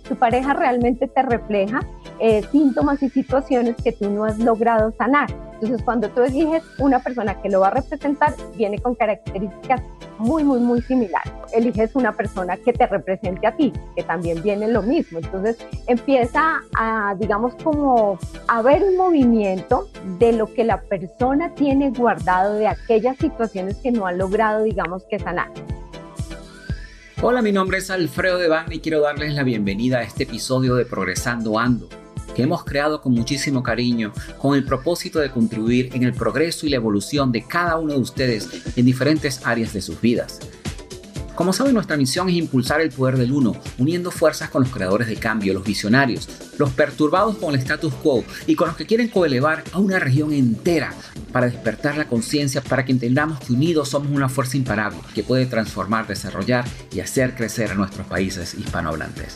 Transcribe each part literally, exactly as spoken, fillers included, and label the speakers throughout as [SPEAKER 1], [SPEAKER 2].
[SPEAKER 1] tu pareja realmente te refleja eh, síntomas y situaciones que tú no has logrado sanar. Entonces, cuando tú eliges una persona que lo va a representar, viene con características muy, muy, muy similares. Eliges una persona que te represente a ti, que también viene lo mismo. Entonces, empieza a, digamos, como a ver un movimiento de lo que la persona tiene guardado de aquellas situaciones que no ha logrado, digamos, que sanar.
[SPEAKER 2] Hola, mi nombre es Alfredo Devane y quiero darles la bienvenida a este episodio de Progresando Ando, que hemos creado con muchísimo cariño, con el propósito de contribuir en el progreso y la evolución de cada uno de ustedes en diferentes áreas de sus vidas. Como saben, nuestra misión es impulsar el poder del uno, uniendo fuerzas con los creadores de cambio, los visionarios, los perturbados con el status quo y con los que quieren coelevar a una región entera para despertar la conciencia, para que entendamos que unidos somos una fuerza imparable que puede transformar, desarrollar y hacer crecer a nuestros países hispanohablantes.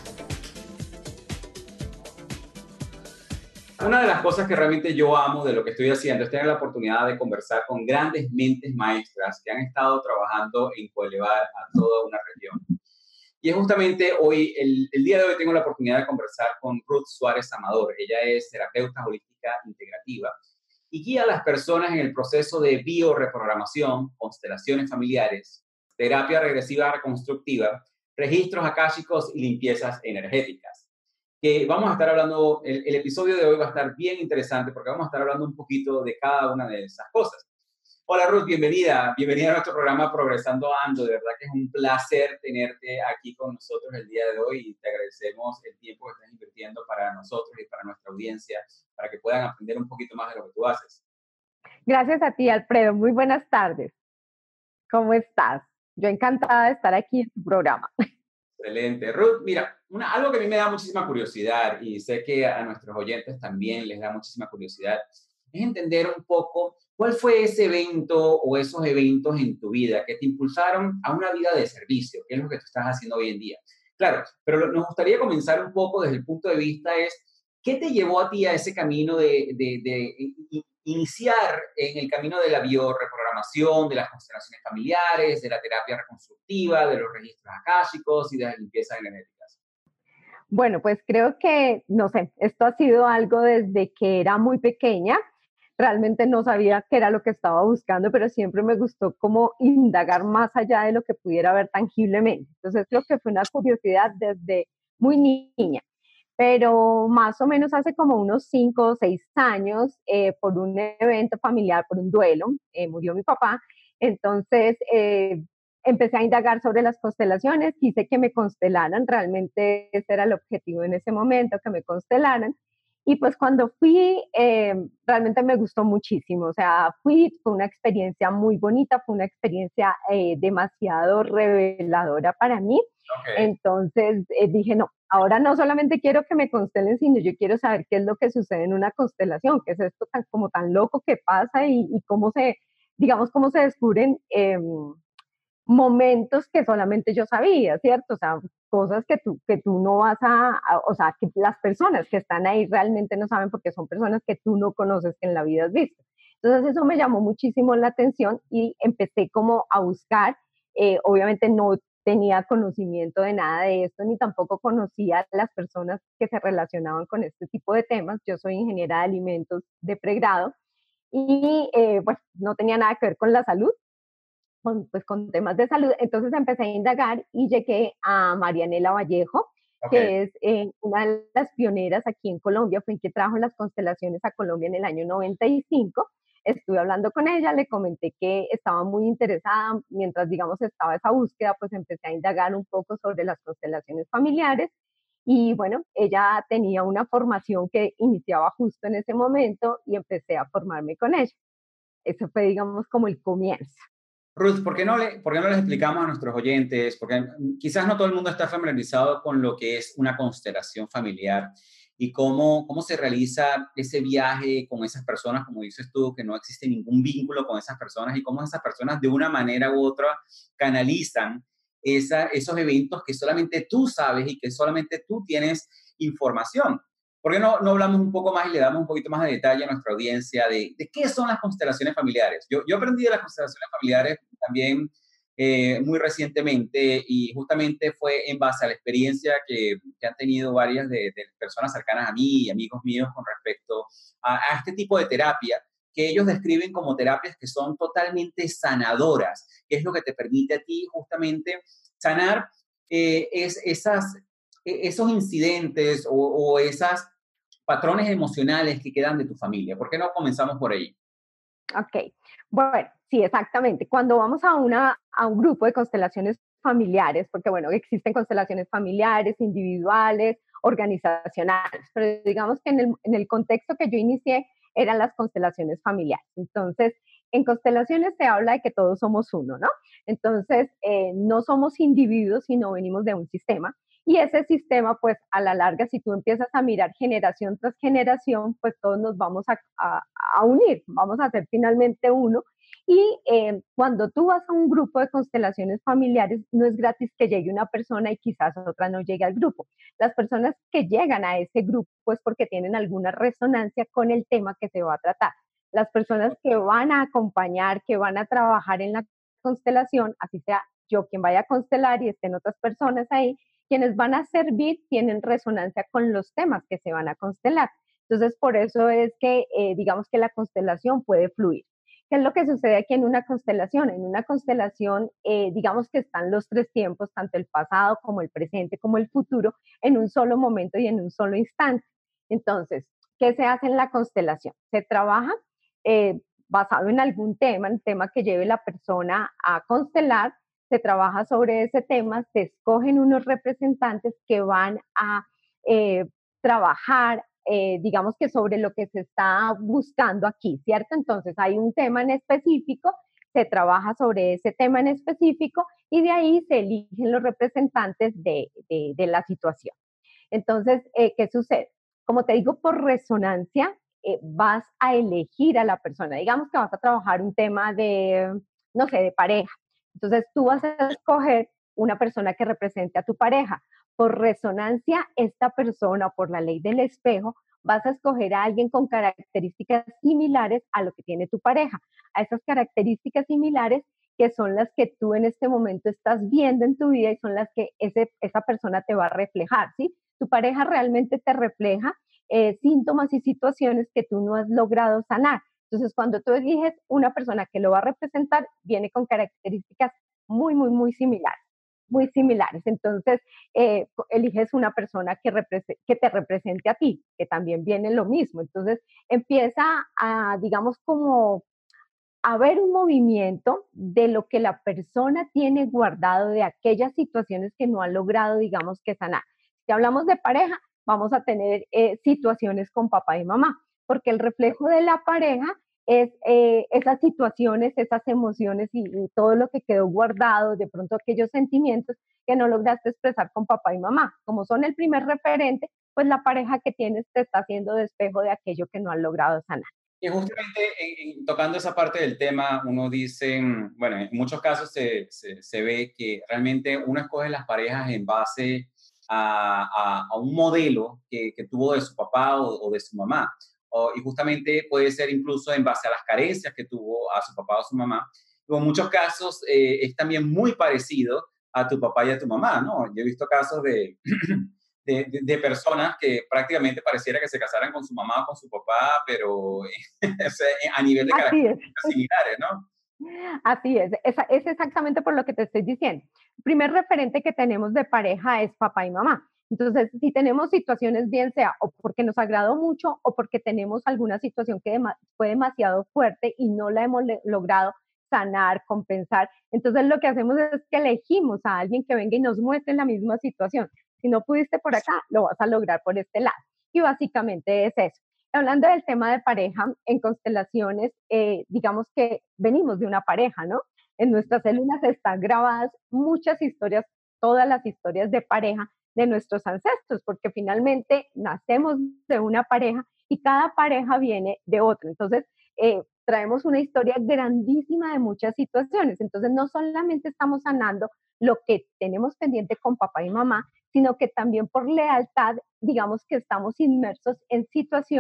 [SPEAKER 2] Una de las cosas que realmente yo amo de lo que estoy haciendo es tener la oportunidad de conversar con grandes mentes maestras que han estado trabajando en coelevar a toda una región. Y es justamente hoy, el, el día de hoy tengo la oportunidad de conversar con Ruth Suárez Amador. Ella es terapeuta holística integrativa y guía a las personas en el proceso de bioreprogramación, constelaciones familiares, terapia regresiva reconstructiva, registros akáshicos y limpiezas energéticas. Que vamos a estar hablando, el, el episodio de hoy va a estar bien interesante porque vamos a estar hablando un poquito de cada una de esas cosas. Hola Ruth, bienvenida, bienvenida a nuestro programa Progresando Ando. De verdad que es un placer tenerte aquí con nosotros el día de hoy y te agradecemos el tiempo que estás invirtiendo para nosotros y para nuestra audiencia, para que puedan aprender un poquito más de lo que tú haces.
[SPEAKER 1] Gracias a ti, Alfredo. Muy buenas tardes. ¿Cómo estás? Yo encantada de estar aquí en tu programa.
[SPEAKER 2] Excelente. Ruth, mira, una, algo que a mí me da muchísima curiosidad y sé que a nuestros oyentes también les da muchísima curiosidad, es entender un poco cuál fue ese evento o esos eventos en tu vida que te impulsaron a una vida de servicio, que es lo que tú estás haciendo hoy en día. Claro, pero nos gustaría comenzar un poco desde el punto de vista es, ¿qué te llevó a ti a ese camino de, de, de, de iniciar en el camino de la bioreprogramación, de las constelaciones familiares, de la terapia reconstructiva, de los registros akáshicos y de las limpiezas energéticas?
[SPEAKER 1] Bueno, pues creo que, no sé, esto ha sido algo desde que era muy pequeña. Realmente no sabía qué era lo que estaba buscando, pero siempre me gustó como indagar más allá de lo que pudiera ver tangiblemente. Entonces creo que fue una curiosidad desde muy niña. Pero más o menos hace como unos cinco o seis años, eh, por un evento familiar, por un duelo, eh, murió mi papá. Entonces eh, empecé a indagar sobre las constelaciones, quise que me constelaran, realmente ese era el objetivo en ese momento, que me constelaran. Y pues cuando fui, eh, realmente me gustó muchísimo, o sea, fui, fue una experiencia muy bonita, fue una experiencia eh, demasiado reveladora para mí.
[SPEAKER 2] Okay.
[SPEAKER 1] Entonces eh, dije, no, ahora no solamente quiero que me constelen, sino yo quiero saber qué es lo que sucede en una constelación, qué es esto tan, como tan loco que pasa y, y cómo se, digamos, cómo se descubren eh, momentos que solamente yo sabía, ¿cierto? O sea, cosas que tú, que tú no vas a, a, o sea, que las personas que están ahí realmente no saben porque son personas que tú no conoces, que en la vida has visto. Entonces eso me llamó muchísimo la atención y empecé como a buscar, eh, obviamente no tenía conocimiento de nada de esto, ni tampoco conocía a las personas que se relacionaban con este tipo de temas. Yo soy ingeniera de alimentos de pregrado y eh, pues no tenía nada que ver con la salud, con, pues, con temas de salud. Entonces empecé a indagar y llegué a Marianela Vallejo,
[SPEAKER 2] Okay.
[SPEAKER 1] que es eh, una de las pioneras aquí en Colombia, fue quien trajo las constelaciones a Colombia en el año noventa y cinco. Estuve hablando con ella, le comenté que estaba muy interesada, mientras, digamos, estaba esa búsqueda, pues empecé a indagar un poco sobre las constelaciones familiares. Y bueno, ella tenía una formación que iniciaba justo en ese momento y empecé a formarme con ella. Eso fue, digamos, como el comienzo.
[SPEAKER 2] Ruth, ¿por qué no le, por qué no les explicamos a nuestros oyentes? Porque quizás no todo el mundo está familiarizado con lo que es una constelación familiar y cómo, cómo se realiza ese viaje con esas personas, como dices tú, que no existe ningún vínculo con esas personas y cómo esas personas de una manera u otra canalizan esa, esos eventos que solamente tú sabes y que solamente tú tienes información. ¿Por qué no, no hablamos un poco más y le damos un poquito más de detalle a nuestra audiencia de, de qué son las constelaciones familiares? Yo, yo aprendí de las constelaciones familiares también eh, muy recientemente y justamente fue en base a la experiencia que, que han tenido varias de, de, personas cercanas a mí y amigos míos con respecto a, a este tipo de terapia que ellos describen como terapias que son totalmente sanadoras, que es lo que te permite a ti justamente sanar eh, es, esas, esos incidentes o, o esas patrones emocionales que quedan de tu familia. ¿Por qué no comenzamos por ahí?
[SPEAKER 1] Ok, bueno, sí, exactamente. Cuando vamos a, una, a un grupo de constelaciones familiares, porque bueno, existen constelaciones familiares, individuales, organizacionales, pero digamos que en el, en el contexto que yo inicié eran las constelaciones familiares. Entonces, en constelaciones se habla de que todos somos uno, ¿no? Entonces, eh, no somos individuos, sino venimos de un sistema. Y ese sistema, pues a la larga, si tú empiezas a mirar generación tras generación, pues todos nos vamos a, a, a unir, vamos a ser finalmente uno. Y eh, cuando tú vas a un grupo de constelaciones familiares, no es gratis que llegue una persona y quizás otra no llegue al grupo. Las personas que llegan a ese grupo es porque tienen alguna resonancia con el tema que se va a tratar. Las personas que van a acompañar, que van a trabajar en la constelación, así sea yo quien vaya a constelar y estén otras personas ahí, quienes van a servir tienen resonancia con los temas que se van a constelar. Entonces, por eso es que eh, digamos que la constelación puede fluir. ¿Qué es lo que sucede aquí en una constelación? En una constelación, eh, digamos que están los tres tiempos, tanto el pasado como el presente como el futuro, en un solo momento y en un solo instante. Entonces, ¿qué se hace en la constelación? Se trabaja eh, basado en algún tema, el tema que lleve la persona a constelar, se trabaja sobre ese tema, se escogen unos representantes que van a eh, trabajar, eh, digamos que sobre lo que se está buscando aquí, ¿cierto? Entonces hay un tema en específico, se trabaja sobre ese tema en específico y de ahí se eligen los representantes de, de, de la situación. Entonces, eh, ¿qué sucede? Como te digo, por resonancia eh, vas a elegir a la persona. Digamos que vas a trabajar un tema de, no sé, de pareja. Entonces, tú vas a escoger una persona que represente a tu pareja. Por resonancia, esta persona, por la ley del espejo, vas a escoger a alguien con características similares a lo que tiene tu pareja, a esas características similares que son las que tú en este momento estás viendo en tu vida y son las que ese, esa persona te va a reflejar, ¿sí? Tu pareja realmente te refleja eh, síntomas y situaciones que tú no has logrado sanar. Entonces, cuando tú eliges una persona que lo va a representar, viene con características muy, muy, muy similares, muy similares. Entonces, eh, eliges una persona que, que te represente a ti, que también viene lo mismo. Entonces, empieza a, digamos, como a ver un movimiento de lo que la persona tiene guardado de aquellas situaciones que no ha logrado, digamos, que sanar. Si hablamos de pareja, vamos a tener eh, situaciones con papá y mamá, porque el reflejo de la pareja es eh, esas situaciones, esas emociones y, y todo lo que quedó guardado, de pronto aquellos sentimientos que no lograste expresar con papá y mamá. Como son el primer referente, pues la pareja que tienes te está haciendo despejo de aquello que no has logrado sanar.
[SPEAKER 2] Y justamente en, en, tocando esa parte del tema, uno dice, bueno, en muchos casos se, se, se ve que realmente uno escoge las parejas en base a, a, a un modelo que, que, tuvo de su papá o, o de su mamá. O, y justamente puede ser incluso en base a las carencias que tuvo a su papá o su mamá. Pero en muchos casos eh, es también muy parecido a tu papá y a tu mamá, ¿no? Yo he visto casos de de, de, de, personas que prácticamente pareciera que se casaran con su mamá o con su papá, pero a nivel de
[SPEAKER 1] Así
[SPEAKER 2] características
[SPEAKER 1] es.
[SPEAKER 2] similares, ¿no?
[SPEAKER 1] Así es, es, es exactamente por lo que te estoy diciendo. El primer referente que tenemos de pareja es papá y mamá. Entonces, si tenemos situaciones, bien sea o porque nos agradó mucho o porque tenemos alguna situación que fue demasiado fuerte y no la hemos logrado sanar, compensar, entonces lo que hacemos es que elegimos a alguien que venga y nos muestre la misma situación. Si no pudiste por acá, lo vas a lograr por este lado. Y básicamente es eso. Hablando del tema de pareja, en constelaciones, eh, digamos que venimos de una pareja, ¿no? En nuestras células están grabadas muchas historias, todas las historias de pareja de nuestros ancestros, porque finalmente nacemos de una pareja y cada pareja viene de otra. Entonces, eh, traemos una historia grandísima de muchas situaciones. Entonces, no solamente estamos sanando lo que tenemos pendiente con papá y mamá, sino que también por lealtad, digamos que estamos inmersos en situaciones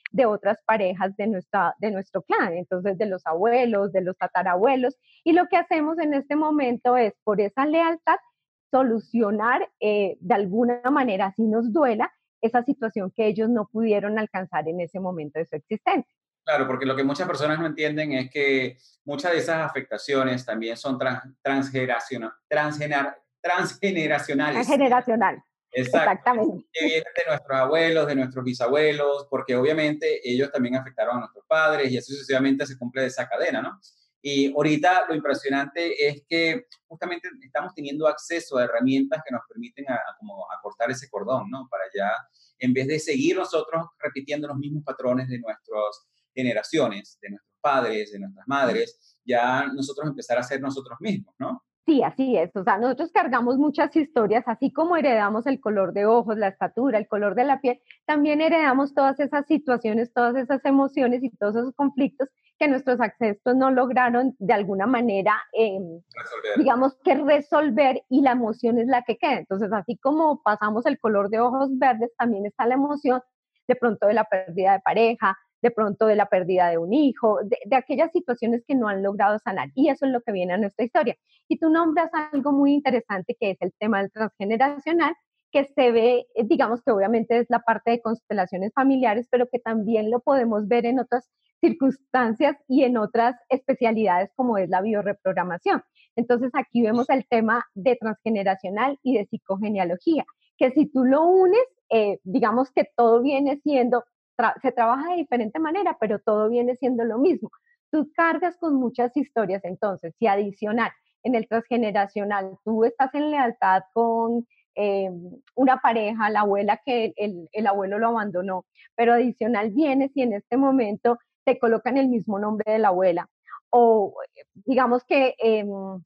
[SPEAKER 1] de otras parejas de, nuestra, de nuestro clan, entonces de los abuelos, de los tatarabuelos, y lo que hacemos en este momento es, por esa lealtad, solucionar eh, de alguna manera, si nos duela, esa situación que ellos no pudieron alcanzar en ese momento de su existencia.
[SPEAKER 2] Claro, porque lo que muchas personas no entienden es que muchas de esas afectaciones también son trans, transgeneraciona, transgener, transgeneracionales.
[SPEAKER 1] Generacional,
[SPEAKER 2] Exacto.
[SPEAKER 1] exactamente.
[SPEAKER 2] Que vienen de nuestros abuelos, de nuestros bisabuelos, porque obviamente ellos también afectaron a nuestros padres y así sucesivamente se cumple esa cadena, ¿no? Y ahorita lo impresionante es que justamente estamos teniendo acceso a herramientas que nos permiten a, a como acortar ese cordón, ¿no? Para ya, en vez de seguir nosotros repitiendo los mismos patrones de nuestras generaciones, de nuestros padres, de nuestras madres, ya nosotros empezar a ser nosotros mismos, ¿no?
[SPEAKER 1] Sí, así es. O sea, nosotros cargamos muchas historias, así como heredamos el color de ojos, la estatura, el color de la piel, también heredamos todas esas situaciones, todas esas emociones y todos esos conflictos que nuestros ancestros no lograron de alguna manera, eh,
[SPEAKER 2] Resolver.
[SPEAKER 1] digamos que resolver, y la emoción es la que queda. Entonces, así como pasamos el color de ojos verdes, también está la emoción de pronto de la pérdida de pareja, de pronto de la pérdida de un hijo, de, de aquellas situaciones que no han logrado sanar. Y eso es lo que viene a nuestra historia. Y tú nombras algo muy interesante que es el tema del transgeneracional, que se ve, eh, digamos que obviamente es la parte de constelaciones familiares, pero que también lo podemos ver en otras circunstancias y en otras especialidades como es la bioreprogramación. Entonces aquí vemos el tema de transgeneracional y de psicogenealogía, que si tú lo unes, eh, digamos que todo viene siendo, tra se trabaja de diferente manera, pero todo viene siendo lo mismo. Tú cargas con muchas historias, entonces, si adicional en el transgeneracional tú estás en lealtad con eh, una pareja, la abuela que el, el, abuelo lo abandonó, pero adicional vienes y en este momento te colocan el mismo nombre de la abuela, o digamos que eh,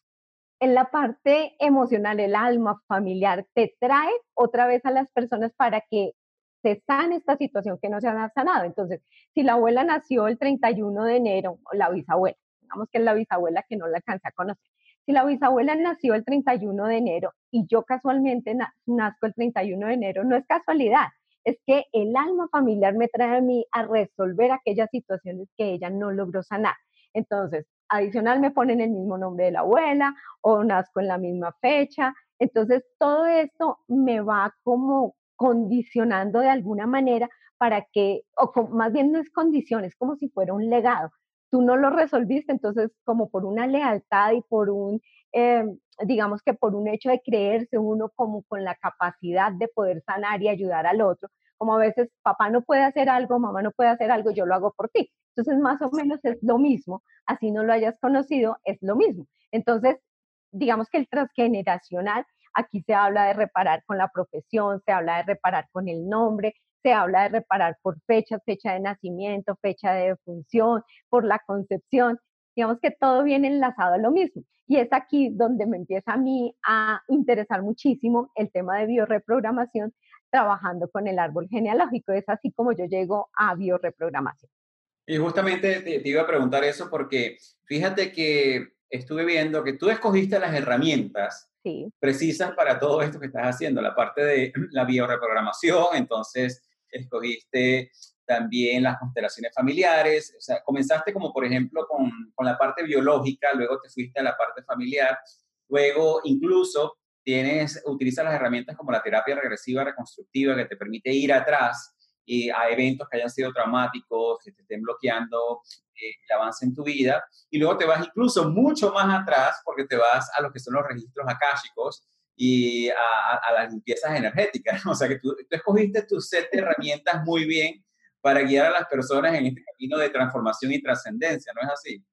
[SPEAKER 1] en la parte emocional, el alma familiar, te trae otra vez a las personas para que se sane esta situación que no se ha sanado. Entonces, si la abuela nació el treinta y uno de enero, o la bisabuela, digamos que es la bisabuela que no la alcancé a conocer, si la bisabuela nació el treinta y uno de enero y yo casualmente na nazco el treinta y uno de enero, no es casualidad, es que el alma familiar me trae a mí a resolver aquellas situaciones que ella no logró sanar. Entonces, adicional me ponen el mismo nombre de la abuela o nazco en la misma fecha. Entonces, todo esto me va como condicionando de alguna manera para que, o con, más bien no es condición, es como si fuera un legado. Tú no lo resolviste, entonces como por una lealtad y por un, eh, digamos que por un hecho de creerse uno como con la capacidad de poder sanar y ayudar al otro, como a veces papá no puede hacer algo, mamá no puede hacer algo, yo lo hago por ti. Entonces, más o menos es lo mismo, así no lo hayas conocido, es lo mismo. Entonces, digamos que el transgeneracional, aquí se habla de reparar con la profesión, se habla de reparar con el nombre, se habla de reparar por fechas, fecha de nacimiento, fecha de defunción, por la concepción. Digamos que todo viene enlazado a lo mismo. Y es aquí donde me empieza a mí a interesar muchísimo el tema de bioreprogramación, trabajando con el árbol genealógico. Es así como yo llego a bioreprogramación.
[SPEAKER 2] Y justamente te, te iba a preguntar eso porque fíjate que estuve viendo que tú escogiste las herramientas
[SPEAKER 1] Sí.
[SPEAKER 2] precisas para todo esto que estás haciendo, la parte de la bioreprogramación, entonces escogiste también las constelaciones familiares, o sea, comenzaste como por ejemplo con, con la parte biológica, luego te fuiste a la parte familiar, luego incluso tienes, utilizas las herramientas como la terapia regresiva reconstructiva que te permite ir atrás y a eventos que hayan sido traumáticos, que te estén bloqueando eh, el avance en tu vida. Y luego te vas incluso mucho más atrás porque te vas a lo que son los registros akáshicos y a, a, a las limpiezas energéticas. O sea que tú, tú escogiste tu set de herramientas muy bien para guiar a las personas en este camino de transformación y trascendencia, ¿no es así?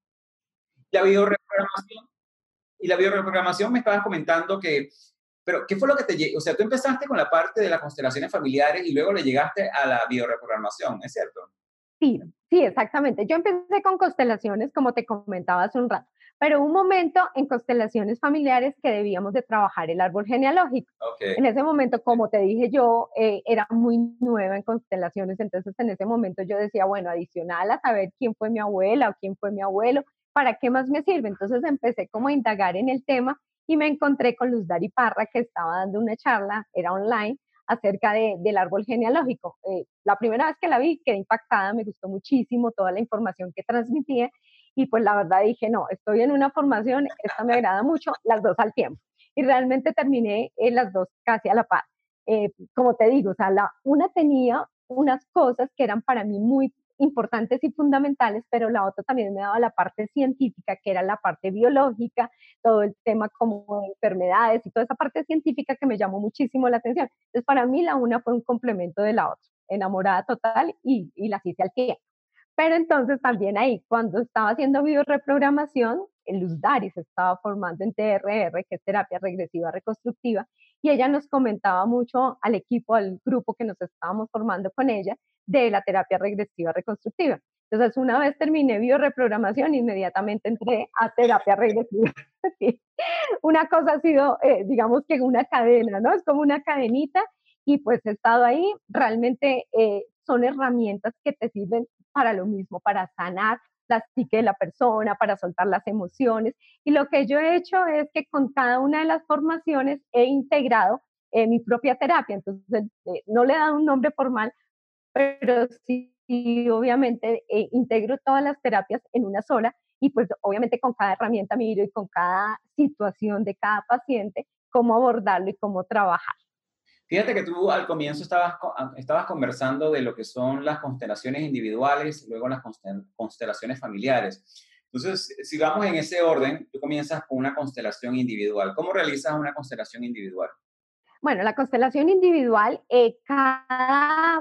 [SPEAKER 2] La bioreprogramación, y la bioreprogramación me estabas comentando que, pero ¿qué fue lo que te llegó? O sea, tú empezaste con la parte de las constelaciones familiares y luego le llegaste a la bioreprogramación, ¿es cierto?
[SPEAKER 1] Sí, sí, exactamente. Yo empecé con constelaciones, como te comentaba hace un rato, pero hubo un momento en constelaciones familiares que debíamos de trabajar el árbol genealógico.
[SPEAKER 2] Ok.
[SPEAKER 1] En ese momento, como te dije yo, eh, era muy nueva en constelaciones, entonces en ese momento yo decía, bueno, adicional a saber quién fue mi abuela o quién fue mi abuelo, ¿para qué más me sirve? Entonces empecé como a indagar en el tema y me encontré con Luz Dari Parra, que estaba dando una charla, era online, acerca de, del árbol genealógico. Eh, la primera vez que la vi quedé impactada, me gustó muchísimo toda la información que transmitía y pues la verdad dije, no, estoy en una formación, esta me agrada mucho, las dos al tiempo. Y realmente terminé en las dos casi a la par. Eh, como te digo, o sea, la, una tenía unas cosas que eran para mí muy importantes y fundamentales, pero la otra también me daba la parte científica, que era la parte biológica, todo el tema como de enfermedades y toda esa parte científica que me llamó muchísimo la atención. Entonces, para mí la una fue un complemento de la otra, enamorada total y, y las hice al tiempo. Pero entonces también ahí, cuando estaba haciendo bioreprogramación, Luz Dari se estaba formando en T R R, que es terapia regresiva reconstructiva, y ella nos comentaba mucho al equipo, al grupo que nos estábamos formando con ella, de la terapia regresiva reconstructiva. Entonces, una vez terminé bioreprogramación, inmediatamente entré a terapia regresiva. Sí. Una cosa ha sido, eh, digamos que una cadena, ¿no? Es como una cadenita y pues he estado ahí. Realmente eh, son herramientas que te sirven para lo mismo, para sanar la psique de la persona, para soltar las emociones. Y lo que yo he hecho es que con cada una de las formaciones he integrado eh, mi propia terapia. Entonces, eh, no le he dado un nombre formal, pero sí, sí obviamente eh, integro todas las terapias en una sola y pues obviamente con cada herramienta miro y con cada situación de cada paciente, cómo abordarlo y cómo trabajar.
[SPEAKER 2] Fíjate que tú al comienzo estabas, estabas conversando de lo que son las constelaciones individuales y luego las constelaciones familiares. Entonces, si vamos en ese orden, tú comienzas con una constelación individual. ¿Cómo realizas una constelación individual?
[SPEAKER 1] Bueno, la constelación individual, eh, cada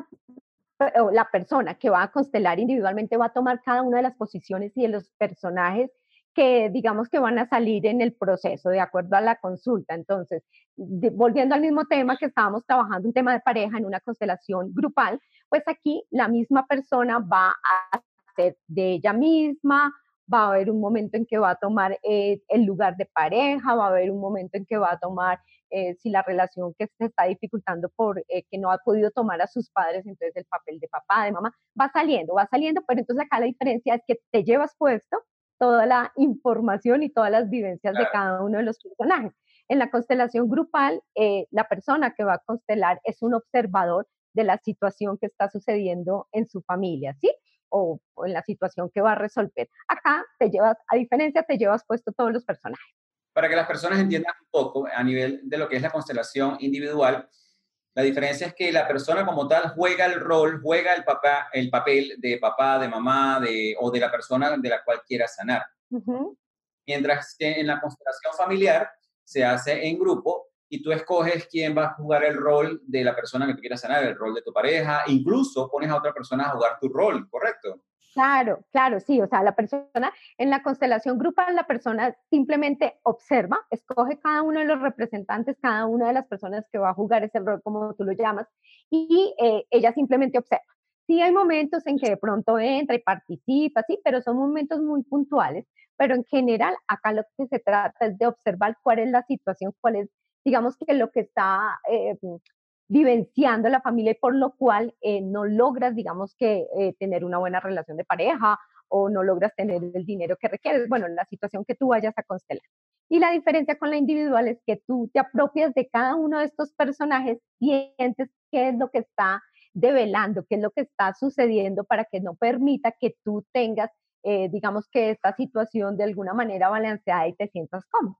[SPEAKER 1] o la persona que va a constelar individualmente va a tomar cada una de las posiciones y de los personajes que digamos que van a salir en el proceso de acuerdo a la consulta. Entonces, de, volviendo al mismo tema que estábamos trabajando, un tema de pareja en una constelación grupal, pues aquí la misma persona va a hacer de ella misma, va a haber un momento en que va a tomar eh, el lugar de pareja, va a haber un momento en que va a tomar eh, si la relación que se está dificultando por eh, que no ha podido tomar a sus padres, entonces el papel de papá, de mamá, va saliendo, va saliendo, pero entonces acá la diferencia es que te llevas puesto toda la información y todas las vivencias de
[SPEAKER 2] Claro.
[SPEAKER 1] cada uno de los personajes. En la constelación grupal, eh, la persona que va a constelar es un observador de la situación que está sucediendo en su familia, ¿sí? O, o en la situación que va a resolver. Acá te llevas, a diferencia, te llevas puesto todos los personajes.
[SPEAKER 2] Para que las personas entiendan un poco a nivel de lo que es la constelación individual, la diferencia es que la persona como tal juega el rol, juega el, papá, el papel de papá, de mamá de, o de la persona de la cual quiera sanar.
[SPEAKER 1] Uh -huh.
[SPEAKER 2] Mientras que en la constelación familiar se hace en grupo y tú escoges quién va a jugar el rol de la persona que tú quieras sanar, el rol de tu pareja, incluso pones a otra persona a jugar tu rol, ¿correcto?
[SPEAKER 1] Claro, claro, sí, o sea, la persona en la constelación grupal, la persona simplemente observa, escoge cada uno de los representantes, cada una de las personas que va a jugar ese rol, como tú lo llamas, y eh, ella simplemente observa. Sí hay momentos en que de pronto entra y participa, sí, pero son momentos muy puntuales, pero en general acá lo que se trata es de observar cuál es la situación, cuál es, digamos que lo que está eh, vivenciando la familia y por lo cual eh, no logras, digamos que, eh, tener una buena relación de pareja o no logras tener el dinero que requieres, bueno, la situación que tú vayas a constelar. Y la diferencia con la individual es que tú te apropias de cada uno de estos personajes, sientes qué es lo que está develando, qué es lo que está sucediendo para que no permita que tú tengas, eh, digamos que esta situación de alguna manera balanceada y te sientas cómodo.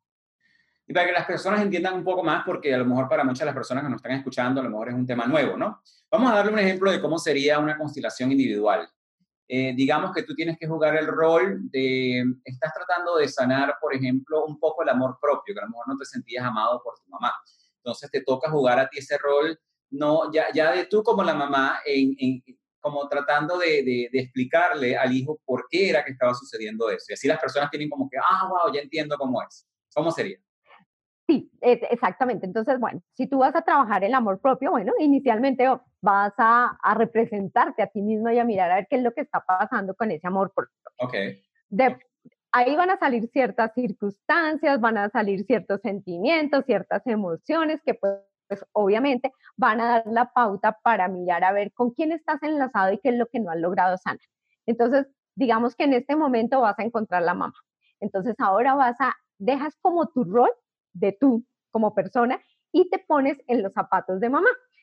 [SPEAKER 2] Y para que las personas entiendan un poco más, porque a lo mejor para muchas de las personas que nos están escuchando, a lo mejor es un tema nuevo, ¿no? Vamos a darle un ejemplo de cómo sería una constelación individual. Eh, digamos que tú tienes que jugar el rol de, estás tratando de sanar, por ejemplo, un poco el amor propio, que a lo mejor no te sentías amado por tu mamá. Entonces te toca jugar a ti ese rol, no, ya, ya de tú como la mamá, en, en, como tratando de, de, de explicarle al hijo por qué era que estaba sucediendo eso. Y así las personas tienen como que, ah, wow, ya entiendo cómo es. ¿Cómo sería?
[SPEAKER 1] Sí, eh, exactamente. Entonces, bueno, si tú vas a trabajar el amor propio, bueno, inicialmente vas a, a representarte a ti mismo y a mirar a ver qué es lo que está pasando con ese amor propio.
[SPEAKER 2] Ok.
[SPEAKER 1] De, ahí van a salir ciertas circunstancias, van a salir ciertos sentimientos, ciertas emociones que pues, pues obviamente van a dar la pauta para mirar a ver con quién estás enlazado y qué es lo que no has logrado sanar. Entonces, digamos que en este momento vas a encontrar la mamá. Entonces, ahora vas a, dejas como tu rol de tú como persona y te pones en los zapatos de mamá.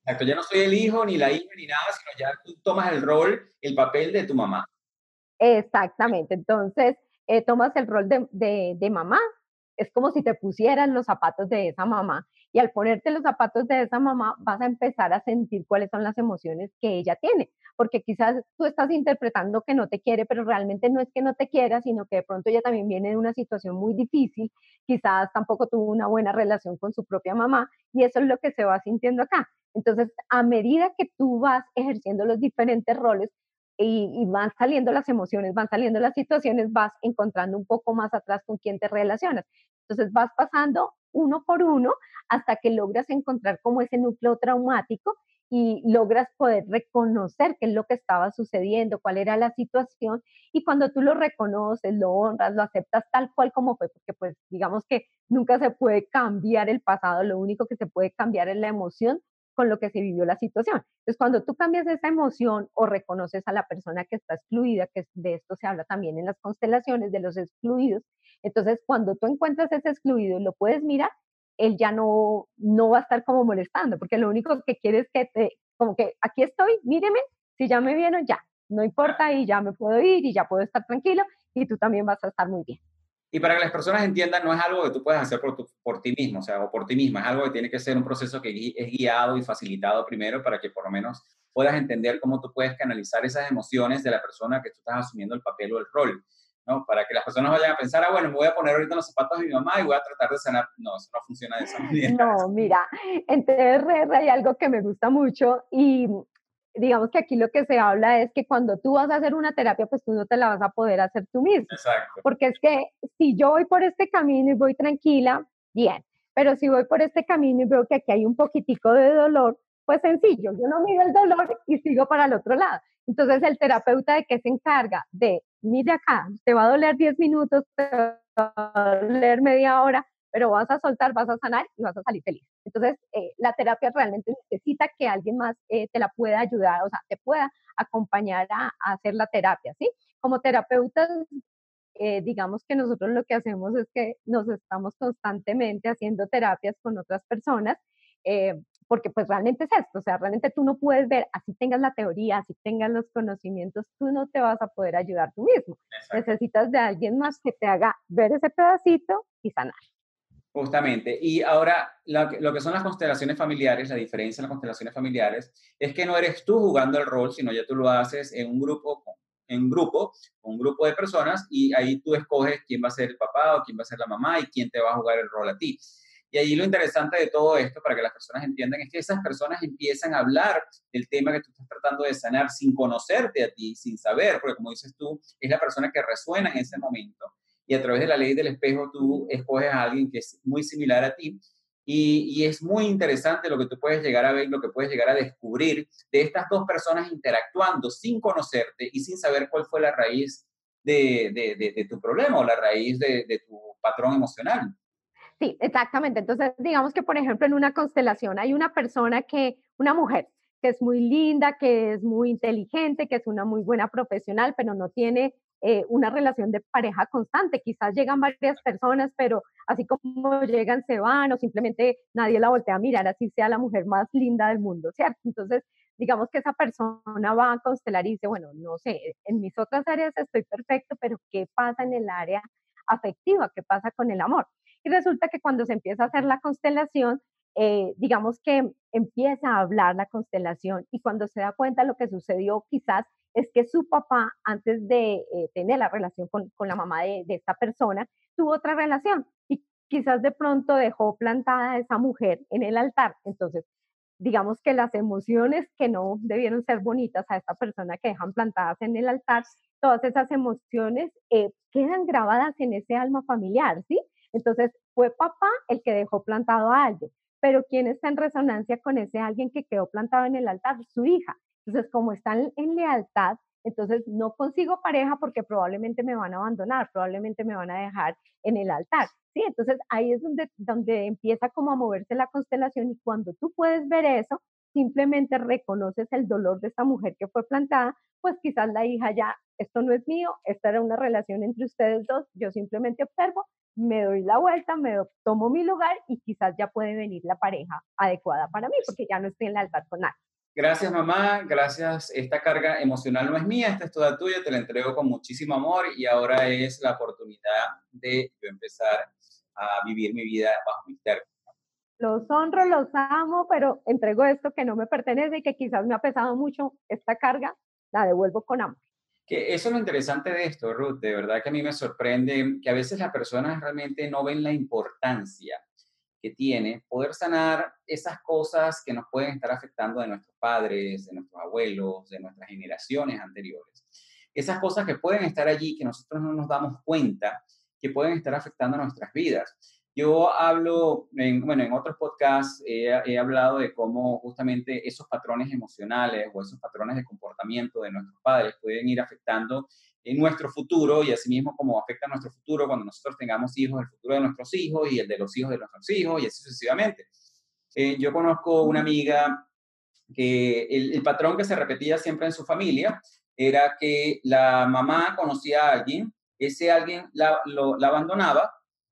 [SPEAKER 2] Exacto, ya no soy el hijo, ni la hija, ni nada, sino ya tú tomas el rol, el papel de tu mamá.
[SPEAKER 1] Exactamente, entonces eh, tomas el rol de, de, de mamá, es como si te pusieran los zapatos de esa mamá y al ponerte los zapatos de esa mamá vas a empezar a sentir cuáles son las emociones que ella tiene, porque quizás tú estás interpretando que no te quiere, pero realmente no es que no te quiera, sino que de pronto ella también viene de una situación muy difícil, quizás tampoco tuvo una buena relación con su propia mamá y eso es lo que se va sintiendo acá. Entonces, a medida que tú vas ejerciendo los diferentes roles, y, y, van saliendo las emociones, van saliendo las situaciones, vas encontrando un poco más atrás con quién te relacionas. Entonces vas pasando uno por uno hasta que logras encontrar como ese núcleo traumático y logras poder reconocer qué es lo que estaba sucediendo, cuál era la situación, y cuando tú lo reconoces, lo honras, lo aceptas tal cual como fue, porque pues digamos que nunca se puede cambiar el pasado, lo único que se puede cambiar es la emoción con lo que se vivió la situación. Entonces, cuando tú cambias esa emoción o reconoces a la persona que está excluida, que de esto se habla también en las constelaciones de los excluidos, entonces cuando tú encuentras ese excluido y lo puedes mirar, él ya no, no va a estar como molestando, porque lo único que quiere es que te, como que aquí estoy, míreme, si ya me vieron, ya, no importa y ya me puedo ir y ya puedo estar tranquilo y tú también vas a estar muy bien.
[SPEAKER 2] Y para que las personas entiendan, no es algo que tú puedes hacer por, tu, por ti mismo, o sea, o por ti misma, es algo que tiene que ser un proceso que es guiado y facilitado primero para que por lo menos puedas entender cómo tú puedes canalizar esas emociones de la persona que tú estás asumiendo el papel o el rol, ¿no? Para que las personas vayan a pensar, ah, bueno, me voy a poner ahorita los zapatos de mi mamá y voy a tratar de sanar. No, eso no funciona de esa manera.
[SPEAKER 1] No, mira, en T R R hay algo que me gusta mucho y digamos que aquí lo que se habla es que cuando tú vas a hacer una terapia, pues tú no te la vas a poder hacer tú mismo.
[SPEAKER 2] Exacto.
[SPEAKER 1] Porque es que si yo voy por este camino y voy tranquila, bien. Pero si voy por este camino y veo que aquí hay un poquitico de dolor, pues sencillo, yo no mido el dolor y sigo para el otro lado. Entonces el terapeuta de qué se encarga de, mire acá, te va a doler diez minutos, te va a doler media hora, pero vas a soltar, vas a sanar y vas a salir feliz. Entonces, eh, la terapia realmente necesita que alguien más eh, te la pueda ayudar, o sea, te pueda acompañar a, a hacer la terapia, ¿sí? Como terapeutas, eh, digamos que nosotros lo que hacemos es que nos estamos constantemente haciendo terapias con otras personas, eh, porque pues realmente es esto, o sea, realmente tú no puedes ver, así tengas la teoría, así tengas los conocimientos, tú no te vas a poder ayudar tú mismo.
[SPEAKER 2] Exacto.
[SPEAKER 1] Necesitas de alguien más que te haga ver ese pedacito y sanar.
[SPEAKER 2] Justamente. Y ahora, lo que, lo que son las constelaciones familiares, la diferencia en las constelaciones familiares es que no eres tú jugando el rol, sino ya tú lo haces en un grupo, en grupo, un grupo de personas y ahí tú escoges quién va a ser el papá o quién va a ser la mamá y quién te va a jugar el rol a ti. Y ahí lo interesante de todo esto, para que las personas entiendan, es que esas personas empiezan a hablar del tema que tú estás tratando de sanar sin conocerte a ti, sin saber, porque como dices tú, es la persona que resuena en ese momento y a través de la ley del espejo tú escoges a alguien que es muy similar a ti y, y, es muy interesante lo que tú puedes llegar a ver, lo que puedes llegar a descubrir de estas dos personas interactuando sin conocerte y sin saber cuál fue la raíz de, de, de, de tu problema o la raíz de, de tu patrón emocional.
[SPEAKER 1] Sí, exactamente. Entonces, digamos que, por ejemplo, en una constelación hay una persona que, una mujer, que es muy linda, que es muy inteligente, que es una muy buena profesional, pero no tiene eh, una relación de pareja constante. Quizás llegan varias personas, pero así como llegan, se van, o simplemente nadie la voltea a mirar, así sea la mujer más linda del mundo, ¿cierto? Entonces, digamos que esa persona va a constelar y dice, bueno, no sé, en mis otras áreas estoy perfecto, pero ¿qué pasa en el área afectiva? ¿Qué pasa con el amor? Y resulta que cuando se empieza a hacer la constelación, eh, digamos que empieza a hablar la constelación y cuando se da cuenta lo que sucedió quizás es que su papá, antes de eh, tener la relación con, con la mamá de, de, esta persona, tuvo otra relación y quizás de pronto dejó plantada a esa mujer en el altar. Entonces, digamos que las emociones que no debieron ser bonitas a esta persona que dejan plantadas en el altar, todas esas emociones eh, quedan grabadas en ese alma familiar, ¿sí? Entonces, fue papá el que dejó plantado a alguien, pero ¿quién está en resonancia con ese alguien que quedó plantado en el altar? Su hija. Entonces, como están en lealtad, entonces no consigo pareja porque probablemente me van a abandonar, probablemente me van a dejar en el altar. Sí, entonces ahí es donde, donde empieza como a moverse la constelación y cuando tú puedes ver eso, simplemente reconoces el dolor de esta mujer que fue plantada, pues quizás la hija ya, esto no es mío, esta era una relación entre ustedes dos, yo simplemente observo me doy la vuelta, me do- tomo mi lugar y quizás ya puede venir la pareja adecuada para mí, porque ya no estoy en lealtad con nadie.
[SPEAKER 2] Gracias, mamá. Gracias. Esta carga emocional no es mía, esta es toda tuya. Te la entrego con muchísimo amor y ahora es la oportunidad de yo empezar a vivir mi vida bajo mis términos.
[SPEAKER 1] Los honro, los amo, pero entrego esto que no me pertenece y que quizás me ha pesado mucho esta carga, la devuelvo con amor.
[SPEAKER 2] Que eso es lo interesante de esto, Ruth. De verdad que a mí me sorprende que a veces las personas realmente no ven la importancia que tiene poder sanar esas cosas que nos pueden estar afectando de nuestros padres, de nuestros abuelos, de nuestras generaciones anteriores. Esas cosas que pueden estar allí, que nosotros no nos damos cuenta, que pueden estar afectando nuestras vidas. Yo hablo, en, bueno, en otros podcasts he, he hablado de cómo justamente esos patrones emocionales o esos patrones de comportamiento de nuestros padres pueden ir afectando en nuestro futuro y asimismo como afecta a nuestro futuro cuando nosotros tengamos hijos, el futuro de nuestros hijos y el de los hijos de nuestros hijos y así sucesivamente. Eh, yo conozco una amiga que el, el patrón que se repetía siempre en su familia era que la mamá conocía a alguien, ese alguien la, lo, la abandonaba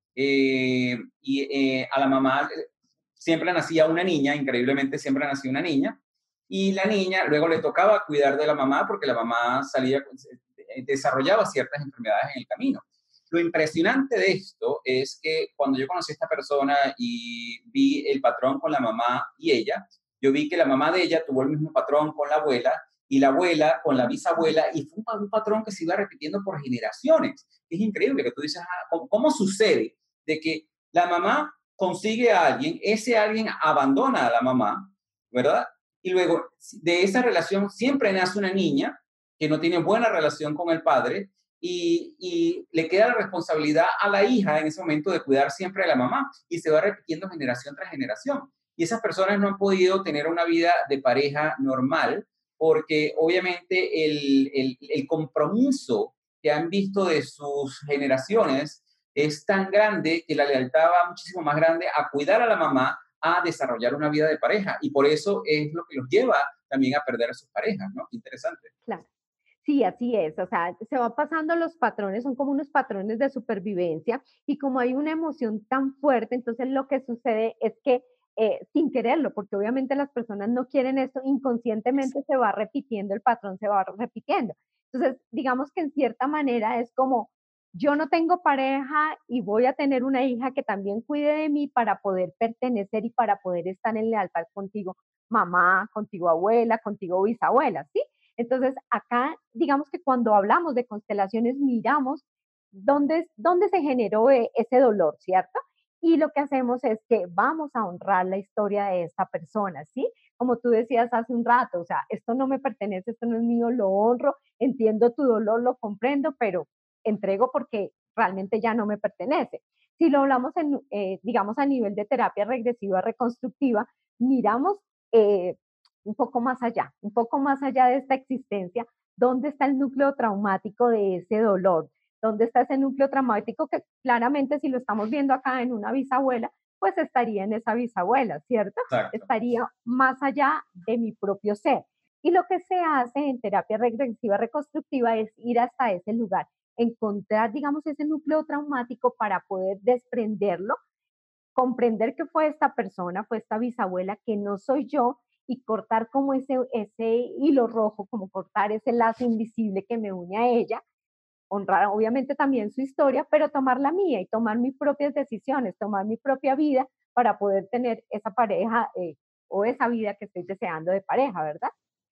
[SPEAKER 2] eh, y eh, a la mamá siempre nacía una niña, increíblemente siempre nacía una niña, y la niña luego le tocaba cuidar de la mamá porque la mamá salía, desarrollaba ciertas enfermedades en el camino. Lo impresionante de esto es que cuando yo conocí a esta persona y vi el patrón con la mamá y ella, yo vi que la mamá de ella tuvo el mismo patrón con la abuela y la abuela con la bisabuela y fue un patrón que se iba repitiendo por generaciones. Es increíble que tú dices, ah, ¿cómo, ¿cómo sucede de que la mamá consigue a alguien, ese alguien abandona a la mamá, ¿verdad? Y luego de esa relación siempre nace una niña que no tiene buena relación con el padre y, y, le queda la responsabilidad a la hija en ese momento de cuidar siempre a la mamá y se va repitiendo generación tras generación. Y esas personas no han podido tener una vida de pareja normal porque obviamente el, el, el compromiso que han visto de sus generaciones es tan grande que la lealtad va muchísimo más grande a cuidar a la mamá, a desarrollar una vida de pareja. Y por eso es lo que los lleva también a perder a sus parejas, ¿no? Interesante.
[SPEAKER 1] Claro. Sí, así es, o sea, se van pasando los patrones, son como unos patrones de supervivencia y como hay una emoción tan fuerte, entonces lo que sucede es que eh, sin quererlo, porque obviamente las personas no quieren esto, inconscientemente se va repitiendo, el patrón se va repitiendo. Entonces, digamos que en cierta manera es como, yo no tengo pareja y voy a tener una hija que también cuide de mí para poder pertenecer y para poder estar en lealtad contigo, mamá, contigo abuela, contigo bisabuela, ¿sí? Entonces, acá, digamos que cuando hablamos de constelaciones, miramos dónde, dónde se generó e, ese dolor, ¿cierto? Y lo que hacemos es que vamos a honrar la historia de esta persona, ¿sí? Como tú decías hace un rato, o sea, esto no me pertenece, esto no es mío, lo honro, entiendo tu dolor, lo comprendo, pero entrego porque realmente ya no me pertenece. Si lo hablamos, en, eh, digamos, a nivel de terapia regresiva reconstructiva, miramos eh, un poco más allá, un poco más allá de esta existencia, ¿dónde está el núcleo traumático de ese dolor? ¿Dónde está ese núcleo traumático que claramente si lo estamos viendo acá en una bisabuela, pues estaría en esa bisabuela, ¿cierto?
[SPEAKER 2] Exacto.
[SPEAKER 1] Estaría más allá de mi propio ser. Y lo que se hace en terapia regresiva reconstructiva es ir hasta ese lugar, encontrar, digamos, ese núcleo traumático para poder desprenderlo, comprender que fue esta persona, fue esta bisabuela, que no soy yo, y cortar como ese, ese hilo rojo, como cortar ese lazo invisible que me une a ella, honrar obviamente también su historia, pero tomar la mía y tomar mis propias decisiones, tomar mi propia vida para poder tener esa pareja eh, o esa vida que estoy deseando de pareja, ¿verdad?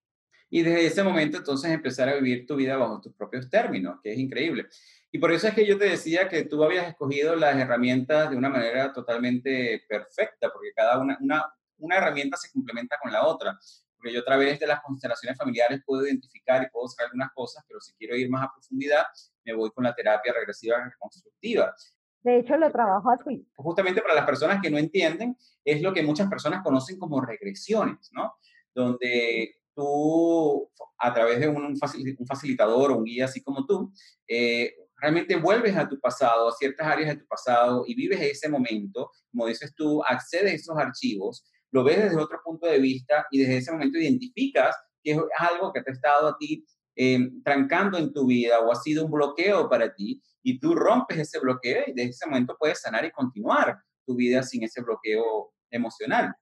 [SPEAKER 2] Y desde ese momento entonces empezar a vivir tu vida bajo tus propios términos, que es increíble. Y por eso es que yo te decía que tú habías escogido las herramientas de una manera totalmente perfecta, porque cada una, una, una herramienta se complementa con la otra. Porque yo a través de las constelaciones familiares puedo identificar y puedo saber algunas cosas, pero si quiero ir más a profundidad, me voy con la terapia regresiva reconstructiva.
[SPEAKER 1] De hecho, lo trabajo así.
[SPEAKER 2] Justamente para las personas que no entienden, es lo que muchas personas conocen como regresiones, ¿no? Donde tú, a través de un, facilitador o un guía así como tú, eh, realmente vuelves a tu pasado, a ciertas áreas de tu pasado y vives ese momento, como dices tú, accedes a esos archivos, lo ves desde otro punto de vista y desde ese momento identificas que es algo que te ha estado a ti eh, trancando en tu vida o ha sido un bloqueo para ti y tú rompes ese bloqueo y desde ese momento puedes sanar y continuar tu vida sin ese bloqueo emocional.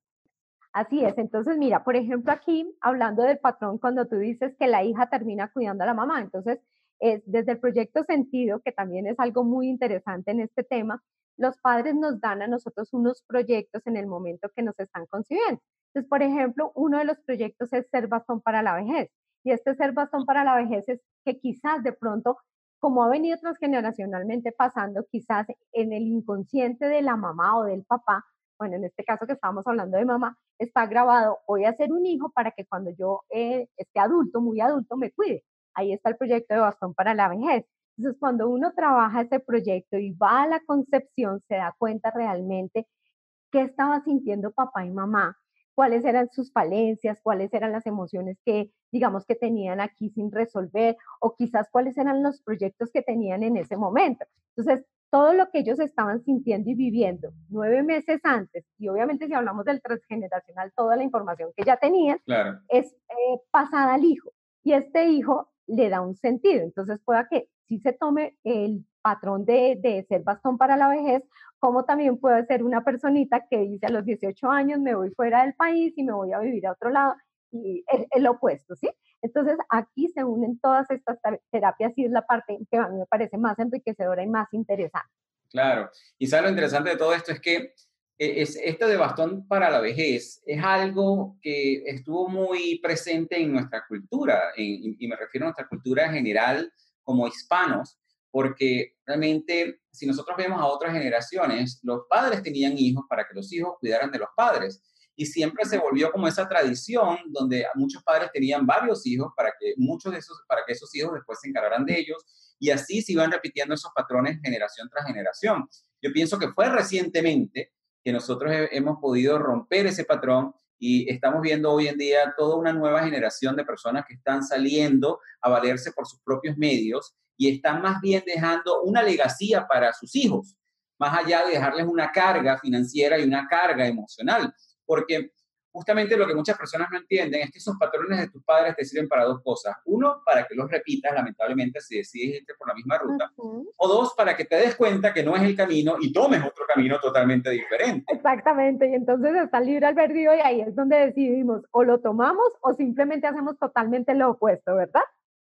[SPEAKER 1] Así es. Entonces, mira, por ejemplo, aquí hablando del patrón, cuando tú dices que la hija termina cuidando a la mamá, entonces, es desde el proyecto Sentido, que también es algo muy interesante en este tema, los padres nos dan a nosotros unos proyectos en el momento que nos están concibiendo. Entonces, por ejemplo, uno de los proyectos es ser bastón para la vejez. Y este ser bastón para la vejez es que quizás de pronto, como ha venido transgeneracionalmente pasando, quizás en el inconsciente de la mamá o del papá, bueno, en este caso que estábamos hablando de mamá, está grabado, voy a ser un hijo para que cuando yo eh, esté adulto, muy adulto, me cuide. Ahí está el proyecto de bastón para la vejez. Entonces, cuando uno trabaja ese proyecto y va a la concepción, se da cuenta realmente qué estaba sintiendo papá y mamá, cuáles eran sus falencias, cuáles eran las emociones que, digamos, que tenían aquí sin resolver, o quizás cuáles eran los proyectos que tenían en ese momento. Entonces, todo lo que ellos estaban sintiendo y viviendo nueve meses antes, y obviamente si hablamos del transgeneracional, toda la información que ya tenían,
[SPEAKER 2] Claro.
[SPEAKER 1] es eh, pasada al hijo. Y este hijo le da un sentido. Entonces, pueda que sí se tome el patrón de, de ser bastón para la vejez, como también puede ser una personita que dice a los dieciocho años me voy fuera del país y me voy a vivir a otro lado, y es el opuesto, ¿sí? Entonces aquí se unen todas estas terapias y es la parte que a mí me parece más enriquecedora y más interesante.
[SPEAKER 2] Claro. Y sabes lo interesante de todo esto es que eh, es, esto de bastón para la vejez es algo que estuvo muy presente en nuestra cultura, en, y me refiero a nuestra cultura en general como hispanos, porque realmente si nosotros vemos a otras generaciones, los padres tenían hijos para que los hijos cuidaran de los padres. Y siempre se volvió como esa tradición donde muchos padres tenían varios hijos para que, muchos de esos, para que esos hijos después se encargaran de ellos y así se iban repitiendo esos patrones generación tras generación. Yo pienso que fue recientemente que nosotros he, hemos podido romper ese patrón y estamos viendo hoy en día toda una nueva generación de personas que están saliendo a valerse por sus propios medios y están más bien dejando una legacía para sus hijos, más allá de dejarles una carga financiera y una carga emocional, porque justamente lo que muchas personas no entienden es que esos patrones de tus padres te sirven para dos cosas. Uno, para que los repitas, lamentablemente, si decides irte por la misma ruta.
[SPEAKER 1] Uh-huh.
[SPEAKER 2] O dos, para que te des cuenta que no es el camino y tomes otro camino totalmente diferente.
[SPEAKER 1] Exactamente, y entonces está el libre albedrío y ahí es donde decidimos o lo tomamos o simplemente hacemos totalmente lo opuesto, ¿verdad?